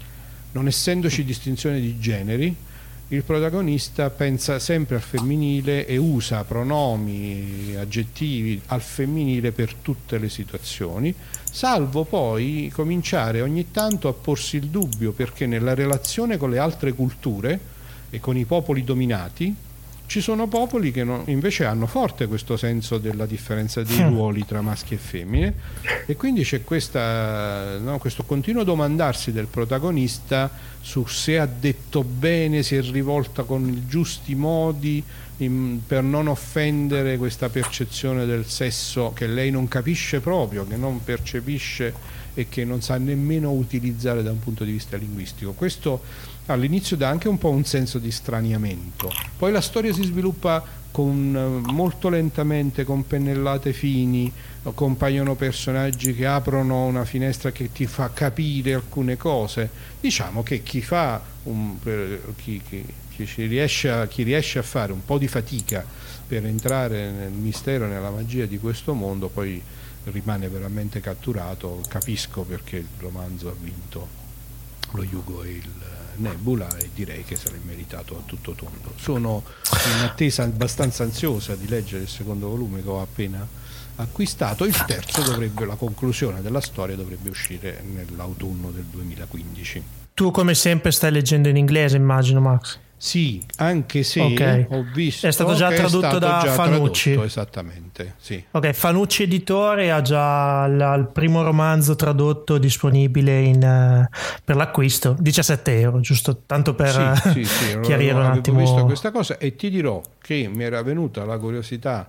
non essendoci distinzione di generi. Il protagonista pensa sempre al femminile e usa pronomi, aggettivi al femminile per tutte le situazioni, salvo poi cominciare ogni tanto a porsi il dubbio perché nella relazione con le altre culture e con i popoli dominati ci sono popoli che non, invece hanno forte questo senso della differenza dei ruoli tra maschi e femmine, e quindi c'è questa, no, questo continuo domandarsi del protagonista su se ha detto bene, si è rivolta con i giusti modi in, per non offendere questa percezione del sesso che lei non capisce proprio, che non percepisce e che non sa nemmeno utilizzare da un punto di vista linguistico. Questo all'inizio dà anche un po' un senso di straniamento, poi la storia si sviluppa con, molto lentamente, con pennellate fini, compaiono personaggi che aprono una finestra che ti fa capire alcune cose. Diciamo che chi fa un, chi, chi, chi, ci riesce a, chi riesce a fare un po' di fatica per entrare nel mistero, nella magia di questo mondo, poi rimane veramente catturato. Capisco perché il romanzo ha vinto lo Hugo e il Nebula, e direi che se l'è meritato a tutto tondo. Sono in attesa abbastanza ansiosa di leggere il secondo volume che ho appena acquistato. Il terzo dovrebbe, la conclusione della storia dovrebbe uscire nell'autunno del duemilaquindici. Tu come sempre stai leggendo in inglese, immagino, Max? Sì, anche se okay. ho visto è stato già che tradotto è stato da già Fanucci. Tradotto, esattamente, sì. Ok, Fanucci Editore ha già la, il primo romanzo tradotto disponibile in, uh, per l'acquisto, diciassette euro, giusto tanto per sì, sì, sì, chiarire un attimo. Ho visto questa cosa e ti dirò che mi era venuta la curiosità,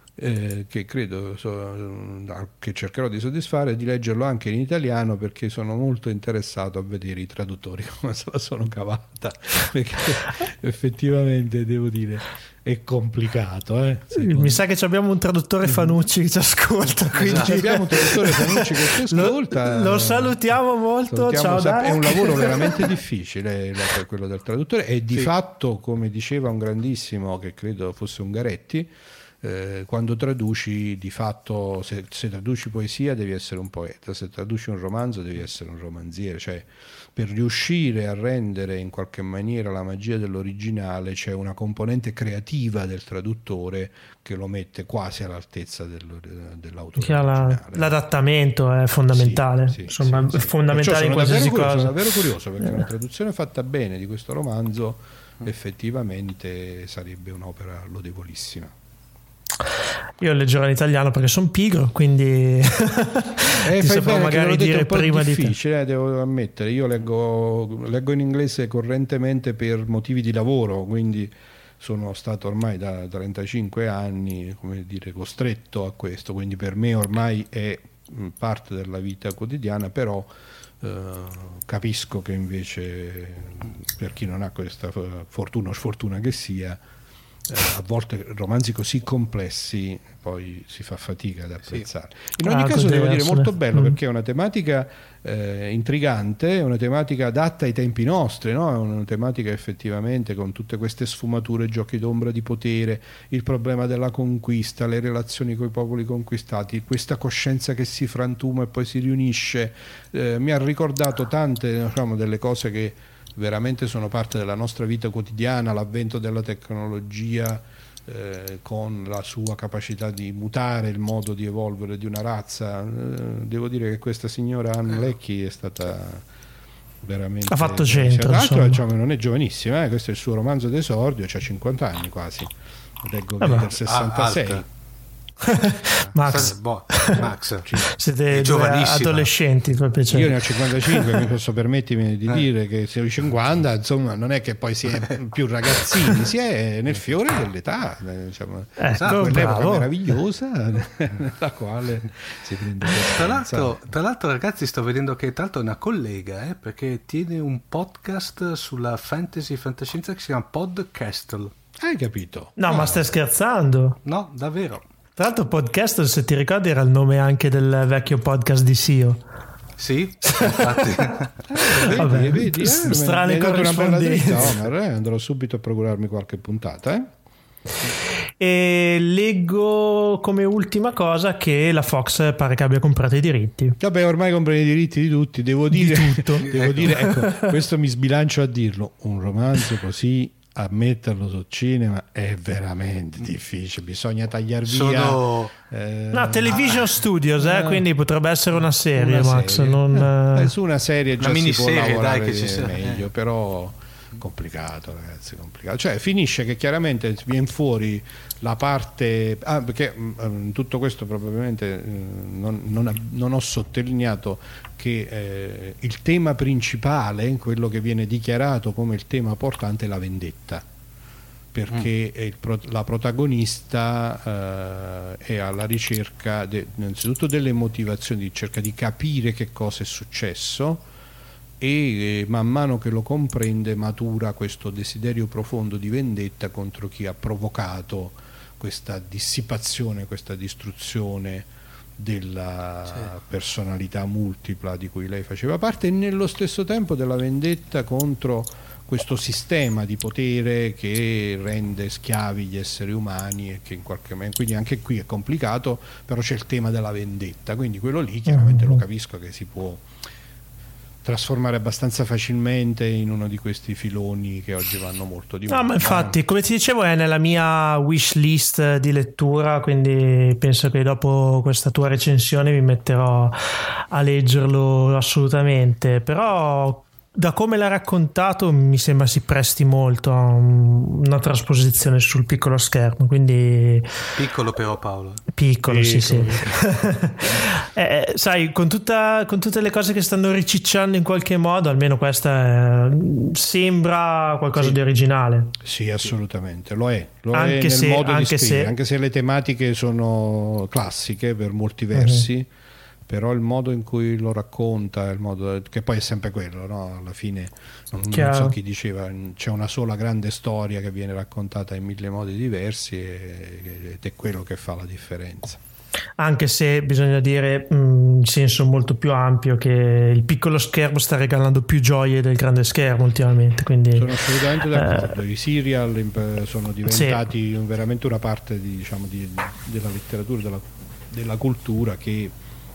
eh, che credo so, che cercherò di soddisfare, di leggerlo anche in italiano, perché sono molto interessato a vedere i traduttori come se la sono cavata, perché effettivamente devo dire è complicato, eh, mi sa che abbiamo un traduttore Fanucci che ci ascolta, quindi esatto. Abbiamo un traduttore Fanucci che ci ascolta, lo, lo salutiamo molto, salutiamo, ciao, è un lavoro veramente difficile quello del traduttore, e di sì. fatto, come diceva un grandissimo, che credo fosse Ungaretti, Eh, quando traduci, di fatto, se, se traduci poesia devi essere un poeta, se traduci un romanzo devi essere un romanziere, cioè per riuscire a rendere in qualche maniera la magia dell'originale c'è una componente creativa del traduttore che lo mette quasi all'altezza del, dell'autore originale. L'adattamento è fondamentale, sì, sì, insomma, sì, sì. È fondamentale in qualsiasi cosa. Sono davvero curioso perché eh. una traduzione fatta bene di questo romanzo effettivamente sarebbe un'opera lodevolissima. Io leggerò in italiano perché sono pigro, quindi eh, ti saprò magari dire un po' prima difficile, di te. Eh, devo ammettere, io leggo, leggo in inglese correntemente per motivi di lavoro, quindi sono stato ormai da trentacinque anni, come dire, costretto a questo, quindi per me ormai è parte della vita quotidiana, però eh, capisco che invece per chi non ha questa fortuna o sfortuna che sia, Eh, a volte romanzi così complessi poi si fa fatica ad apprezzare. In ogni ah, caso devo dire molto bello mm. perché è una tematica eh, intrigante, è una tematica adatta ai tempi nostri, no? È una tematica effettivamente con tutte queste sfumature, giochi d'ombra di potere, il problema della conquista, le relazioni con i popoli conquistati, questa coscienza che si frantuma e poi si riunisce. Eh, mi ha ricordato tante, diciamo, delle cose che veramente sono parte della nostra vita quotidiana, l'avvento della tecnologia eh, con la sua capacità di mutare il modo di evolvere di una razza. Eh, devo dire che questa signora Anne Leckie è stata veramente, ha fatto centro, l'altro, diciamo, non è giovanissima, eh? Questo è il suo romanzo d'esordio, c'ha cinquanta anni quasi, leggo che è del sessantasei. Ah, Max, boh, Max siete due adolescenti, per piacere. Io ne ho cinquantacinque, mi posso permettermi di eh. dire che se ho cinquanta, insomma, non è che poi si è più ragazzini, si è nel fiore dell'età, diciamo, ecco, quell'epoca meravigliosa nella quale si prende. Tra l'altro, tra l'altro, ragazzi, sto vedendo che tra l'altro è una collega, eh, perché tiene un podcast sulla fantasy fantascienza che si chiama Podcastle. Hai capito? No, no, ma stai scherzando? No, davvero. Tra l'altro podcast, se ti ricordi, era il nome anche del vecchio podcast di Sio. Sì, infatti. vedi, Vabbè, vedi, eh, strane corrispondenze. Homer, eh? Andrò subito a procurarmi qualche puntata, eh? E leggo come ultima cosa che la Fox pare che abbia comprato i diritti. Vabbè, ormai comprano i diritti di tutti, devo dire, di tutto. devo dire, ecco, questo mi sbilancio a dirlo, un romanzo così a metterlo sul cinema è veramente difficile, bisogna tagliar via. Sono... eh, no, Television Studios, eh, eh, quindi potrebbe essere una serie, una Max. Serie. Non... Eh, su una serie già una si può lavorare dai, che ci sia. meglio, però complicato, ragazzi, complicato. Cioè finisce che chiaramente viene fuori la parte, ah, perché mh, tutto questo probabilmente mh, non, non, non ho sottolineato che eh, il tema principale, quello che viene dichiarato come il tema portante, è la vendetta. perché mm. il pro- la protagonista eh, è alla ricerca de- innanzitutto delle motivazioni, cerca di capire che cosa è successo e eh, man mano che lo comprende matura questo desiderio profondo di vendetta contro chi ha provocato questa dissipazione, questa distruzione della sì. personalità multipla di cui lei faceva parte, e nello stesso tempo della vendetta contro questo sistema di potere che rende schiavi gli esseri umani e che in qualche modo, quindi anche qui è complicato, però c'è il tema della vendetta, quindi quello lì chiaramente lo capisco che si può trasformare abbastanza facilmente in uno di questi filoni che oggi vanno molto di moda. No, ma infatti, come ti dicevo, è nella mia wish list di lettura, quindi penso che dopo questa tua recensione mi metterò a leggerlo assolutamente, però da come l'ha raccontato mi sembra si presti molto a una trasposizione sul piccolo schermo, quindi piccolo però Paolo piccolo, piccolo. sì sì eh, sai, con, tutta, con tutte le cose che stanno ricicciando in qualche modo, almeno questa è, sembra qualcosa sì. di originale. Sì, assolutamente lo è, lo anche è nel se, modo anche di scrivere, se... anche se le tematiche sono classiche per molti versi. Uh-huh. Però il modo in cui lo racconta, il modo che poi è sempre quello, no? Alla fine non, non so chi diceva, c'è una sola grande storia che viene raccontata in mille modi diversi ed è quello che fa la differenza. Anche se bisogna dire mh, in senso molto più ampio che il piccolo schermo sta regalando più gioie del grande schermo ultimamente, quindi sono assolutamente d'accordo. Eh, i serial sono diventati sì. veramente una parte di, diciamo, di, della letteratura, della, della cultura che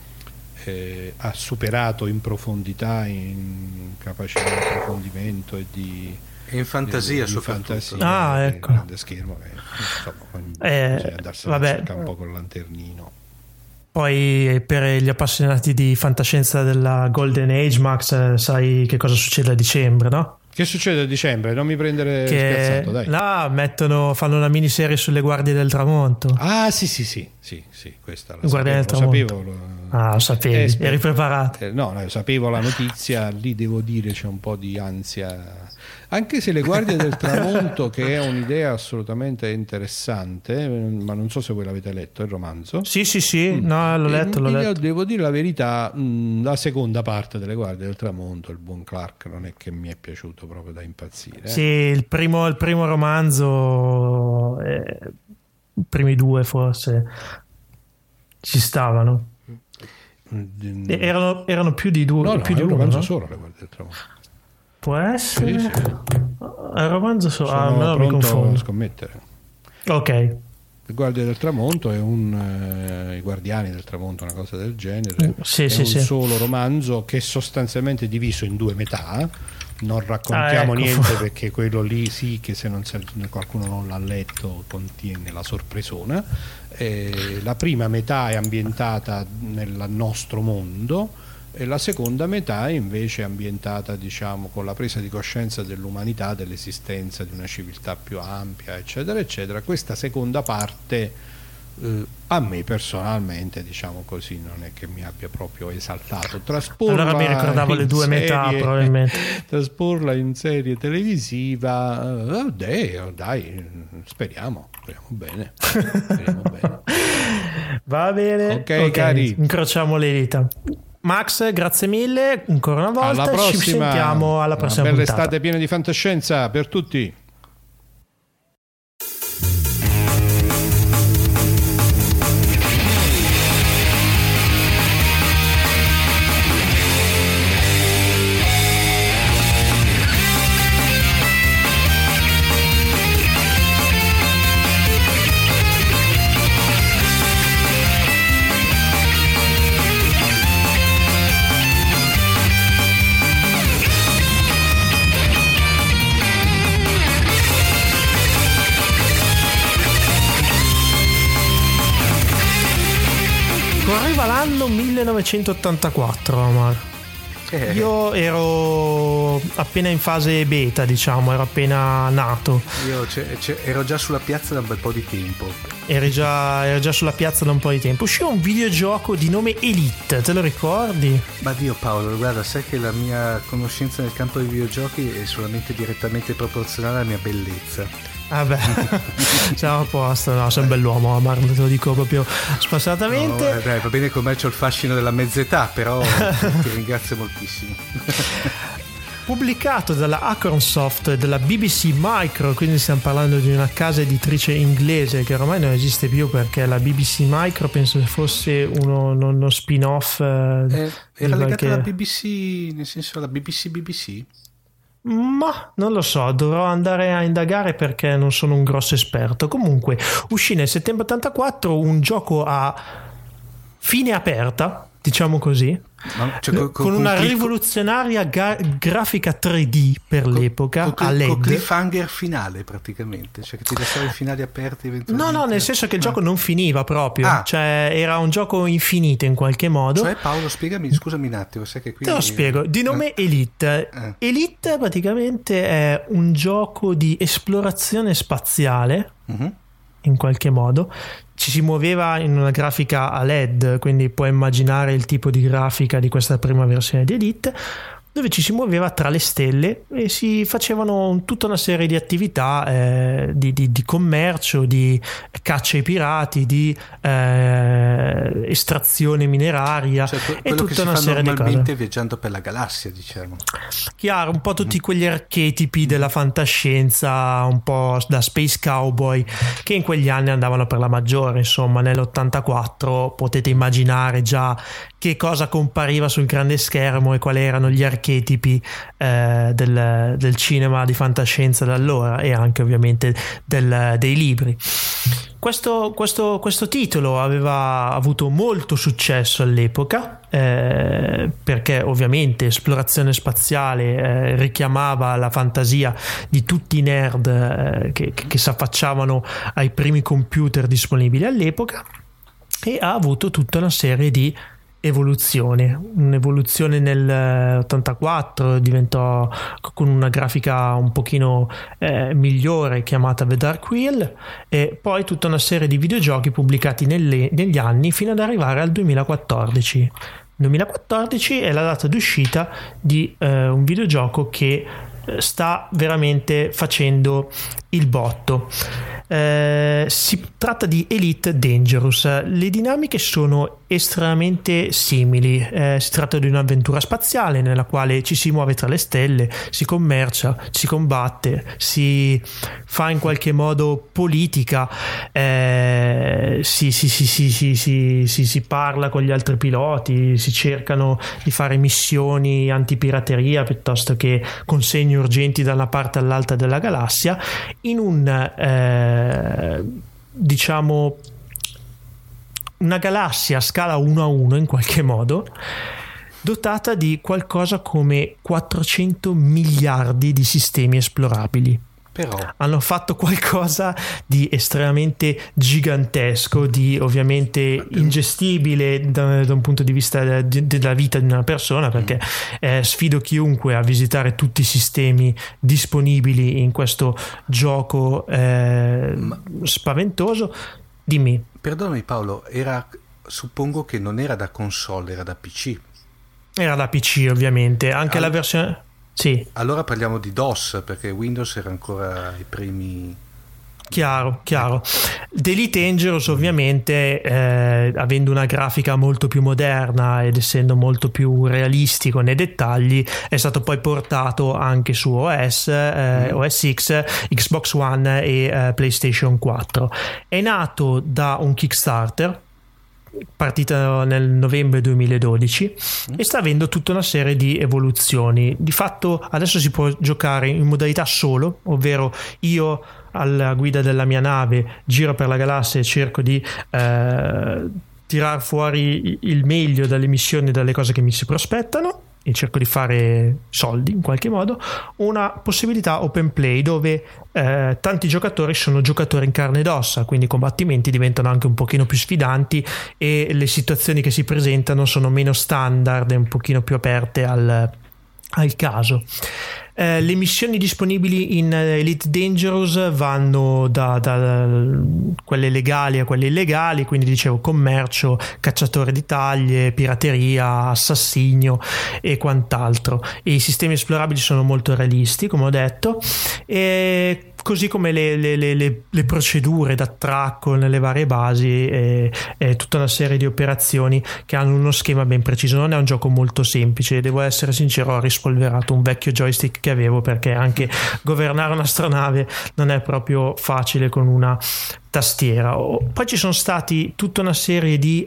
Eh, ha superato in profondità, in capacità di approfondimento e di e in fantasia di, di soprattutto fantasia, ah ecco grande schermo che, insomma, eh, bisogna andarsene a cercare un po' col lanternino. Poi per gli appassionati di fantascienza della Golden Age, Max, sai che cosa succede a dicembre, no? Che succede a dicembre? Non mi prendere che spiazzato, dai. Là mettono, fanno una miniserie sulle Guardie del Tramonto. Ah sì sì sì sì, sì questa la Guardie sapevo, del lo Tramonto. sapevo, lo... Ah, lo sapevi, eh, eri preparato. Eh, no, no, sapevo la notizia, lì devo dire c'è un po' di ansia. Anche se le Guardie del Tramonto, che è un'idea assolutamente interessante, ma non so se voi l'avete letto il romanzo. Sì, sì, sì, mm. no, l'ho letto, l'ho Io letto. devo dire la verità, mh, la seconda parte delle Guardie del Tramonto, il buon Clark, non è che mi è piaciuto proprio da impazzire. Eh. Sì, il primo, il primo romanzo, eh, i primi due forse ci stavano. Mm. Erano, erano più di due. No, no, più è di un uno, romanzo no? solo le Guardie del Tramonto. Può essere? Sì, sì. È un romanzo solo. Sono ah, me lo mi pronto confondo. a scommettere. Ok. Le Guardie del Tramonto è un eh, i Guardiani del Tramonto, una cosa del genere. Sì, è sì, un sì. solo romanzo che è sostanzialmente diviso in due metà. Non raccontiamo ah, ecco. niente perché quello lì sì che se non se qualcuno non l'ha letto contiene la sorpresona. Eh, la prima metà è ambientata nel nostro mondo e la seconda metà invece è ambientata, diciamo, con la presa di coscienza dell'umanità, dell'esistenza di una civiltà più ampia, eccetera eccetera. Questa seconda parte eh, a me personalmente, diciamo così, non è che mi abbia proprio esaltato. Trasporla allora mi ricordavo le due serie, metà probabilmente. Trasporla in serie televisiva, oh, dai, oh, dai, speriamo, speriamo bene, speriamo bene. Va bene, ok, okay, cari, incrociamo le dita. Max, grazie mille ancora una volta. Alla prossima. Ci sentiamo alla prossima una bella puntata. estate piena di fantascienza per tutti. Correva l'anno millenovecentottantaquattro, Omar. Eh. Io ero appena in fase beta, diciamo, ero appena nato. Io c'è, c'è, ero già sulla piazza da un bel po' di tempo. Eri già, eri già sulla piazza da un po' di tempo. Usciva un videogioco di nome Elite, te lo ricordi? Ma Dio Paolo, guarda, sai che la mia conoscenza nel campo dei videogiochi è solamente direttamente proporzionale alla mia bellezza. Vabbè, siamo a posto, no, sei un bell'uomo, Omar, te lo dico proprio spassionatamente. No, dai, va bene con me, c'ho il fascino della mezz'età, però ti ringrazio moltissimo. Pubblicato dalla Acornsoft e dalla B B C Micro, quindi stiamo parlando di una casa editrice inglese che ormai non esiste più, perché la B B C Micro penso fosse uno, uno spin-off. Eh, era legata qualche... alla B B C, nel senso la B B C B B C? Ma non lo so, dovrò andare a indagare perché non sono un grosso esperto. Comunque uscì nel settembre ottantaquattro un gioco a fine aperta, diciamo così, Ma, cioè, con, con una con rivoluzionaria ga- grafica tre D per con, l'epoca con, a L E D. Con cliffhanger finale praticamente, cioè che ti lasciava i finali aperti eventualmente. No, no, nel senso che il ah. gioco non finiva proprio, ah. cioè era un gioco infinito in qualche modo. Cioè Paolo, spiegami, scusami un attimo, sai che qui... Te lo spiego, di nome eh. Elite. Eh. Elite praticamente è un gioco di esplorazione spaziale, uh-huh. in qualche modo. Ci si muoveva in una grafica a L E D, quindi puoi immaginare il tipo di grafica di questa prima versione di Elite, dove ci si muoveva tra le stelle e si facevano tutta una serie di attività eh, di, di, di commercio, di caccia ai pirati, di eh, estrazione mineraria, cioè, que- e tutta una serie di cose. Normalmente viaggiando per la galassia, diciamo. Chiaro, un po' tutti quegli archetipi della fantascienza, un po' da Space Cowboy, che in quegli anni andavano per la maggiore. Insomma, nell'ottantaquattro potete immaginare già che cosa compariva sul grande schermo e quali erano gli archetipi eh, del, del cinema di fantascienza da allora, e anche ovviamente del, dei libri. Questo, questo, questo titolo aveva avuto molto successo all'epoca, eh, perché ovviamente esplorazione spaziale eh, richiamava la fantasia di tutti i nerd eh, che, che si affacciavano ai primi computer disponibili all'epoca, e ha avuto tutta una serie di evoluzione un'evoluzione nell'ottantaquattro, diventò con una grafica un pochino eh, migliore, chiamata The Dark Wheel, e poi tutta una serie di videogiochi pubblicati nelle, negli anni fino ad arrivare al duemilaquattordici. duemilaquattordici è la data d'uscita di eh, un videogioco che sta veramente facendo il botto. Eh, si tratta di Elite Dangerous. Le dinamiche sono estremamente simili. Eh, si tratta di un'avventura spaziale nella quale ci si muove tra le stelle, si commercia, si combatte, si fa in qualche modo politica, eh, si, si, si, si, si, si, si, si parla con gli altri piloti, si cercano di fare missioni antipirateria piuttosto che consegni urgenti da una parte all'altra della galassia, in un eh, diciamo una galassia a scala uno a uno in qualche modo, dotata di qualcosa come quattrocento miliardi di sistemi esplorabili. Però hanno fatto qualcosa di estremamente gigantesco, di ovviamente ingestibile da, da un punto di vista de, della vita di una persona, perché eh, sfido chiunque a visitare tutti i sistemi disponibili in questo gioco eh, Ma... spaventoso. Dimmi. Perdonami Paolo, era, suppongo che non era da console, era da P C. Era da P C ovviamente, anche All... la versione... Sì. Allora parliamo di DOS, perché Windows era ancora i primi... Chiaro, chiaro. The Elite Dangerous ovviamente eh, avendo una grafica molto più moderna ed essendo molto più realistico nei dettagli, è stato poi portato anche su O S, eh, O S X, Xbox One e eh, PlayStation quattro. È nato da un Kickstarter partita nel novembre duemiladodici e sta avendo tutta una serie di evoluzioni. Di fatto adesso si può giocare in modalità solo, ovvero io alla guida della mia nave giro per la galassia e cerco di eh, tirar fuori il meglio dalle missioni e dalle cose che mi si prospettano, e cerco di fare soldi in qualche modo. Una possibilità open play dove eh, tanti giocatori sono giocatori in carne ed ossa, quindi i combattimenti diventano anche un pochino più sfidanti e le situazioni che si presentano sono meno standard e un pochino più aperte al, al caso. Eh, le missioni disponibili in Elite Dangerous vanno da, da quelle legali a quelle illegali, quindi dicevo commercio, cacciatore di taglie, pirateria, assassinio e quant'altro. E i sistemi esplorabili sono molto realisti, come ho detto, e così come le, le, le, le procedure d'attracco nelle varie basi e, e tutta una serie di operazioni che hanno uno schema ben preciso. Non è un gioco molto semplice, devo essere sincero, ho rispolverato un vecchio joystick che avevo, perché anche governare un'astronave non è proprio facile con una tastiera. Poi ci sono stati tutta una serie di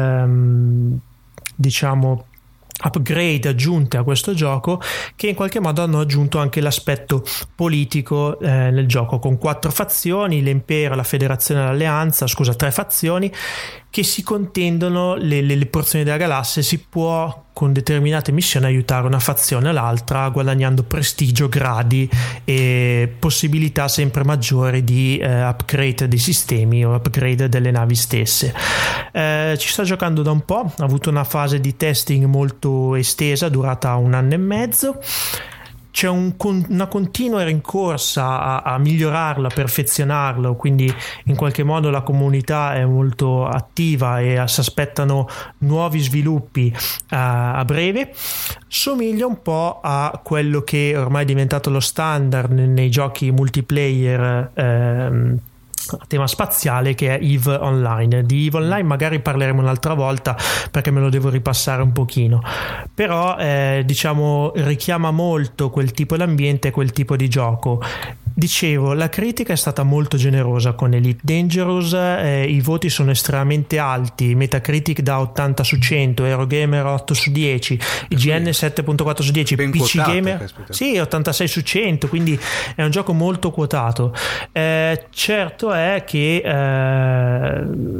ehm, diciamo upgrade aggiunte a questo gioco, che in qualche modo hanno aggiunto anche l'aspetto politico eh, nel gioco, con quattro fazioni: l'impero, la federazione e l'alleanza, scusa tre fazioni che si contendono le, le, le porzioni della galassia. Si può con determinate missioni aiutare una fazione o l'altra, guadagnando prestigio, gradi e possibilità sempre maggiori di eh, upgrade dei sistemi o upgrade delle navi stesse. Eh, ci sto giocando da un po', ho avuto una fase di testing molto estesa, durata un anno e mezzo. C'è un, una continua rincorsa a, a migliorarlo, a perfezionarlo, quindi in qualche modo la comunità è molto attiva e si aspettano nuovi sviluppi uh, a breve. Somiglia un po' a quello che ormai è diventato lo standard nei, nei giochi multiplayer ehm, a tema spaziale, che è EVE Online. Di EVE Online magari parleremo un'altra volta, perché me lo devo ripassare un pochino, però eh, diciamo richiama molto quel tipo di ambiente e quel tipo di gioco. Dicevo, la critica è stata molto generosa con Elite Dangerous, eh, i voti sono estremamente alti, Metacritic da ottanta su cento, Eurogamer otto su dieci, I G N sette virgola quattro su dieci, ben P C quotate, Gamer caspita. sì, ottantasei su cento, quindi è un gioco molto quotato. Eh, certo è che eh,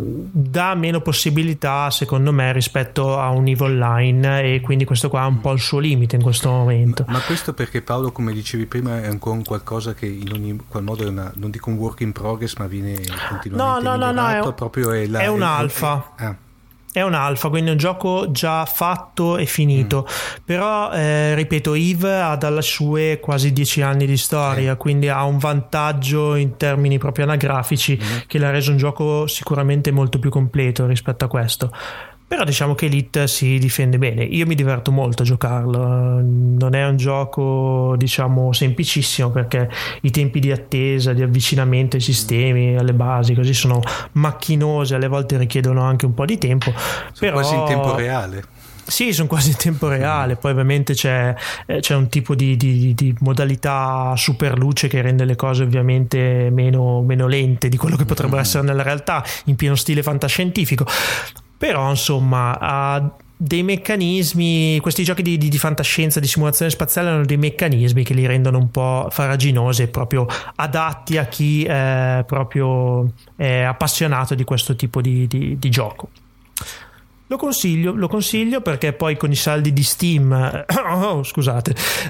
dà meno possibilità secondo me rispetto a un EVE Online, e quindi questo qua è un po' il suo limite in questo momento. Ma, ma questo perché, Paolo, come dicevi prima, è ancora un qualcosa che in ogni qual modo è una, non dico un work in progress, ma viene continuamente no, no, no, no, è, un, proprio è, la, è un è, alfa. È, ah. È un alfa, quindi è un gioco già fatto e finito. Mm. Però eh, ripeto, EVE ha dalle sue quasi dieci anni di storia, eh. quindi ha un vantaggio in termini proprio anagrafici mm. che l'ha reso un gioco sicuramente molto più completo rispetto a questo. Però diciamo che Elite si difende bene, io mi diverto molto a giocarlo, non è un gioco diciamo semplicissimo, perché i tempi di attesa, di avvicinamento ai sistemi, alle basi così sono macchinosi, alle volte richiedono anche un po' di tempo. Sono però quasi in tempo reale. Sì, sono quasi in tempo reale. Poi ovviamente c'è, eh, c'è un tipo di, di, di modalità super luce che rende le cose ovviamente meno, meno lente di quello che potrebbero essere nella realtà, in pieno stile fantascientifico. Però insomma ha dei meccanismi, questi giochi di, di, di fantascienza, di simulazione spaziale hanno dei meccanismi che li rendono un po' farraginosi e proprio adatti a chi è proprio è appassionato di questo tipo di, di, di gioco. Lo consiglio, lo consiglio perché poi con i saldi di Steam oh, scusate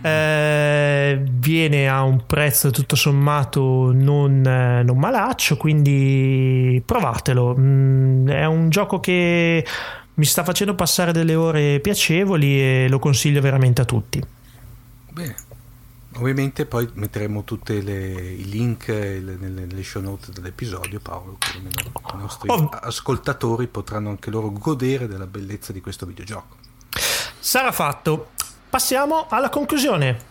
eh, viene a un prezzo tutto sommato non, non malaccio, quindi provatelo. Mm, è un gioco che mi sta facendo passare delle ore piacevoli e lo consiglio veramente a tutti. Bene, ovviamente poi metteremo tutti i link le, nelle, nelle show notes dell'episodio, Paolo, così i nostri oh. ascoltatori potranno anche loro godere della bellezza di questo videogioco. Sarà fatto. Passiamo alla conclusione.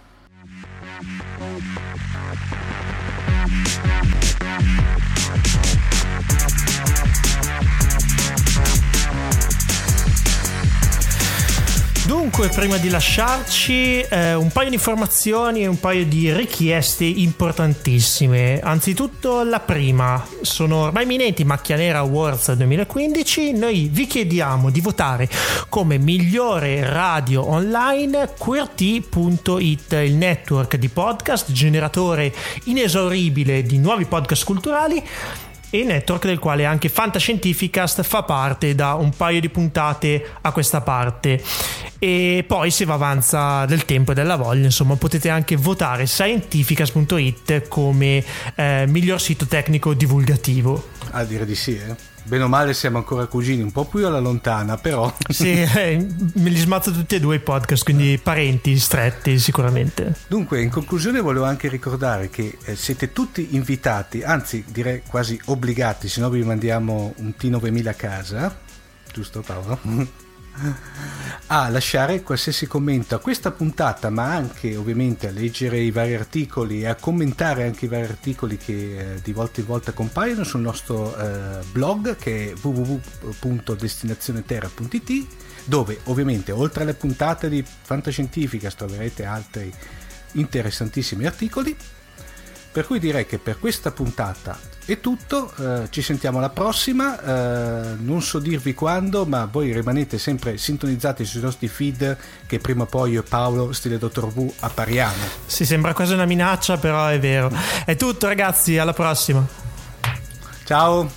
Dunque, prima di lasciarci, eh, un paio di informazioni e un paio di richieste importantissime. Anzitutto la prima, sono ormai imminenti Macchia Nera Awards duemilaquindici. Noi vi chiediamo di votare come migliore radio online QWERTY punto it, il network di podcast, generatore inesauribile di nuovi podcast culturali, e network del quale anche Fantascientificast fa parte da un paio di puntate a questa parte. E poi, se va avanza del tempo e della voglia, insomma, potete anche votare Scientificast punto it come eh, miglior sito tecnico divulgativo. A dire di sì, eh? bene o male siamo ancora cugini, un po' più alla lontana, però sì, eh, me li smazzo tutti e due i podcast, quindi parenti stretti sicuramente. Dunque, in conclusione volevo anche ricordare che eh, siete tutti invitati, anzi direi quasi obbligati, se no vi mandiamo un T novemila a casa, giusto Paolo? A lasciare qualsiasi commento a questa puntata, ma anche ovviamente a leggere i vari articoli e a commentare anche i vari articoli che eh, di volta in volta compaiono sul nostro eh, blog, che è w w w punto destinazione terra punto i t, dove ovviamente oltre alle puntate di Fantascientificast troverete altri interessantissimi articoli. Per cui direi che per questa puntata è tutto, eh, ci sentiamo alla prossima, eh, non so dirvi quando, ma voi rimanete sempre sintonizzati sui nostri feed, che prima o poi io e Paolo, stile Dottor Who, appariamo. Sì, sembra quasi una minaccia, però è vero. È tutto ragazzi, alla prossima. Ciao.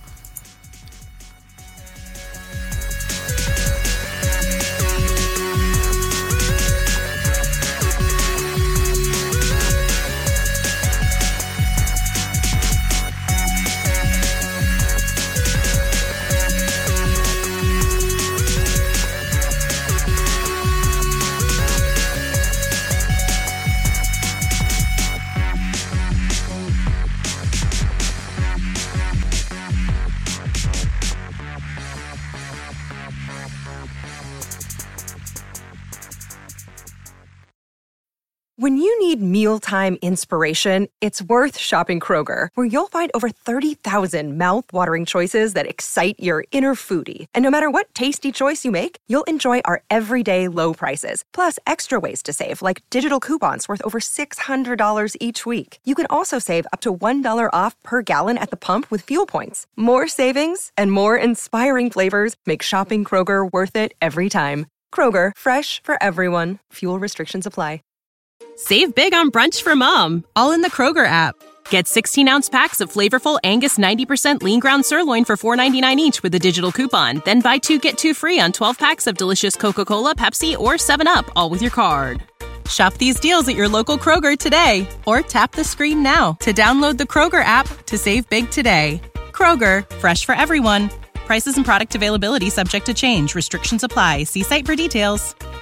When you need mealtime inspiration, it's worth shopping Kroger, where you'll find over thirty thousand mouth-watering choices that excite your inner foodie. And no matter what tasty choice you make, you'll enjoy our everyday low prices, plus extra ways to save, like digital coupons worth over six hundred dollars each week. You can also save up to one dollar off per gallon at the pump with fuel points. More savings and more inspiring flavors make shopping Kroger worth it every time. Kroger, fresh for everyone. Fuel restrictions apply. Save big on brunch for mom, all in the Kroger app. Get sixteen-ounce packs of flavorful Angus ninety percent lean ground sirloin for four ninety-nine each with a digital coupon. Then buy two, get two free on twelve packs of delicious Coca-Cola, Pepsi, or seven up, all with your card. Shop these deals at your local Kroger today, or tap the screen now to download the Kroger app to save big today. Kroger, fresh for everyone. Prices and product availability subject to change. Restrictions apply. See site for details.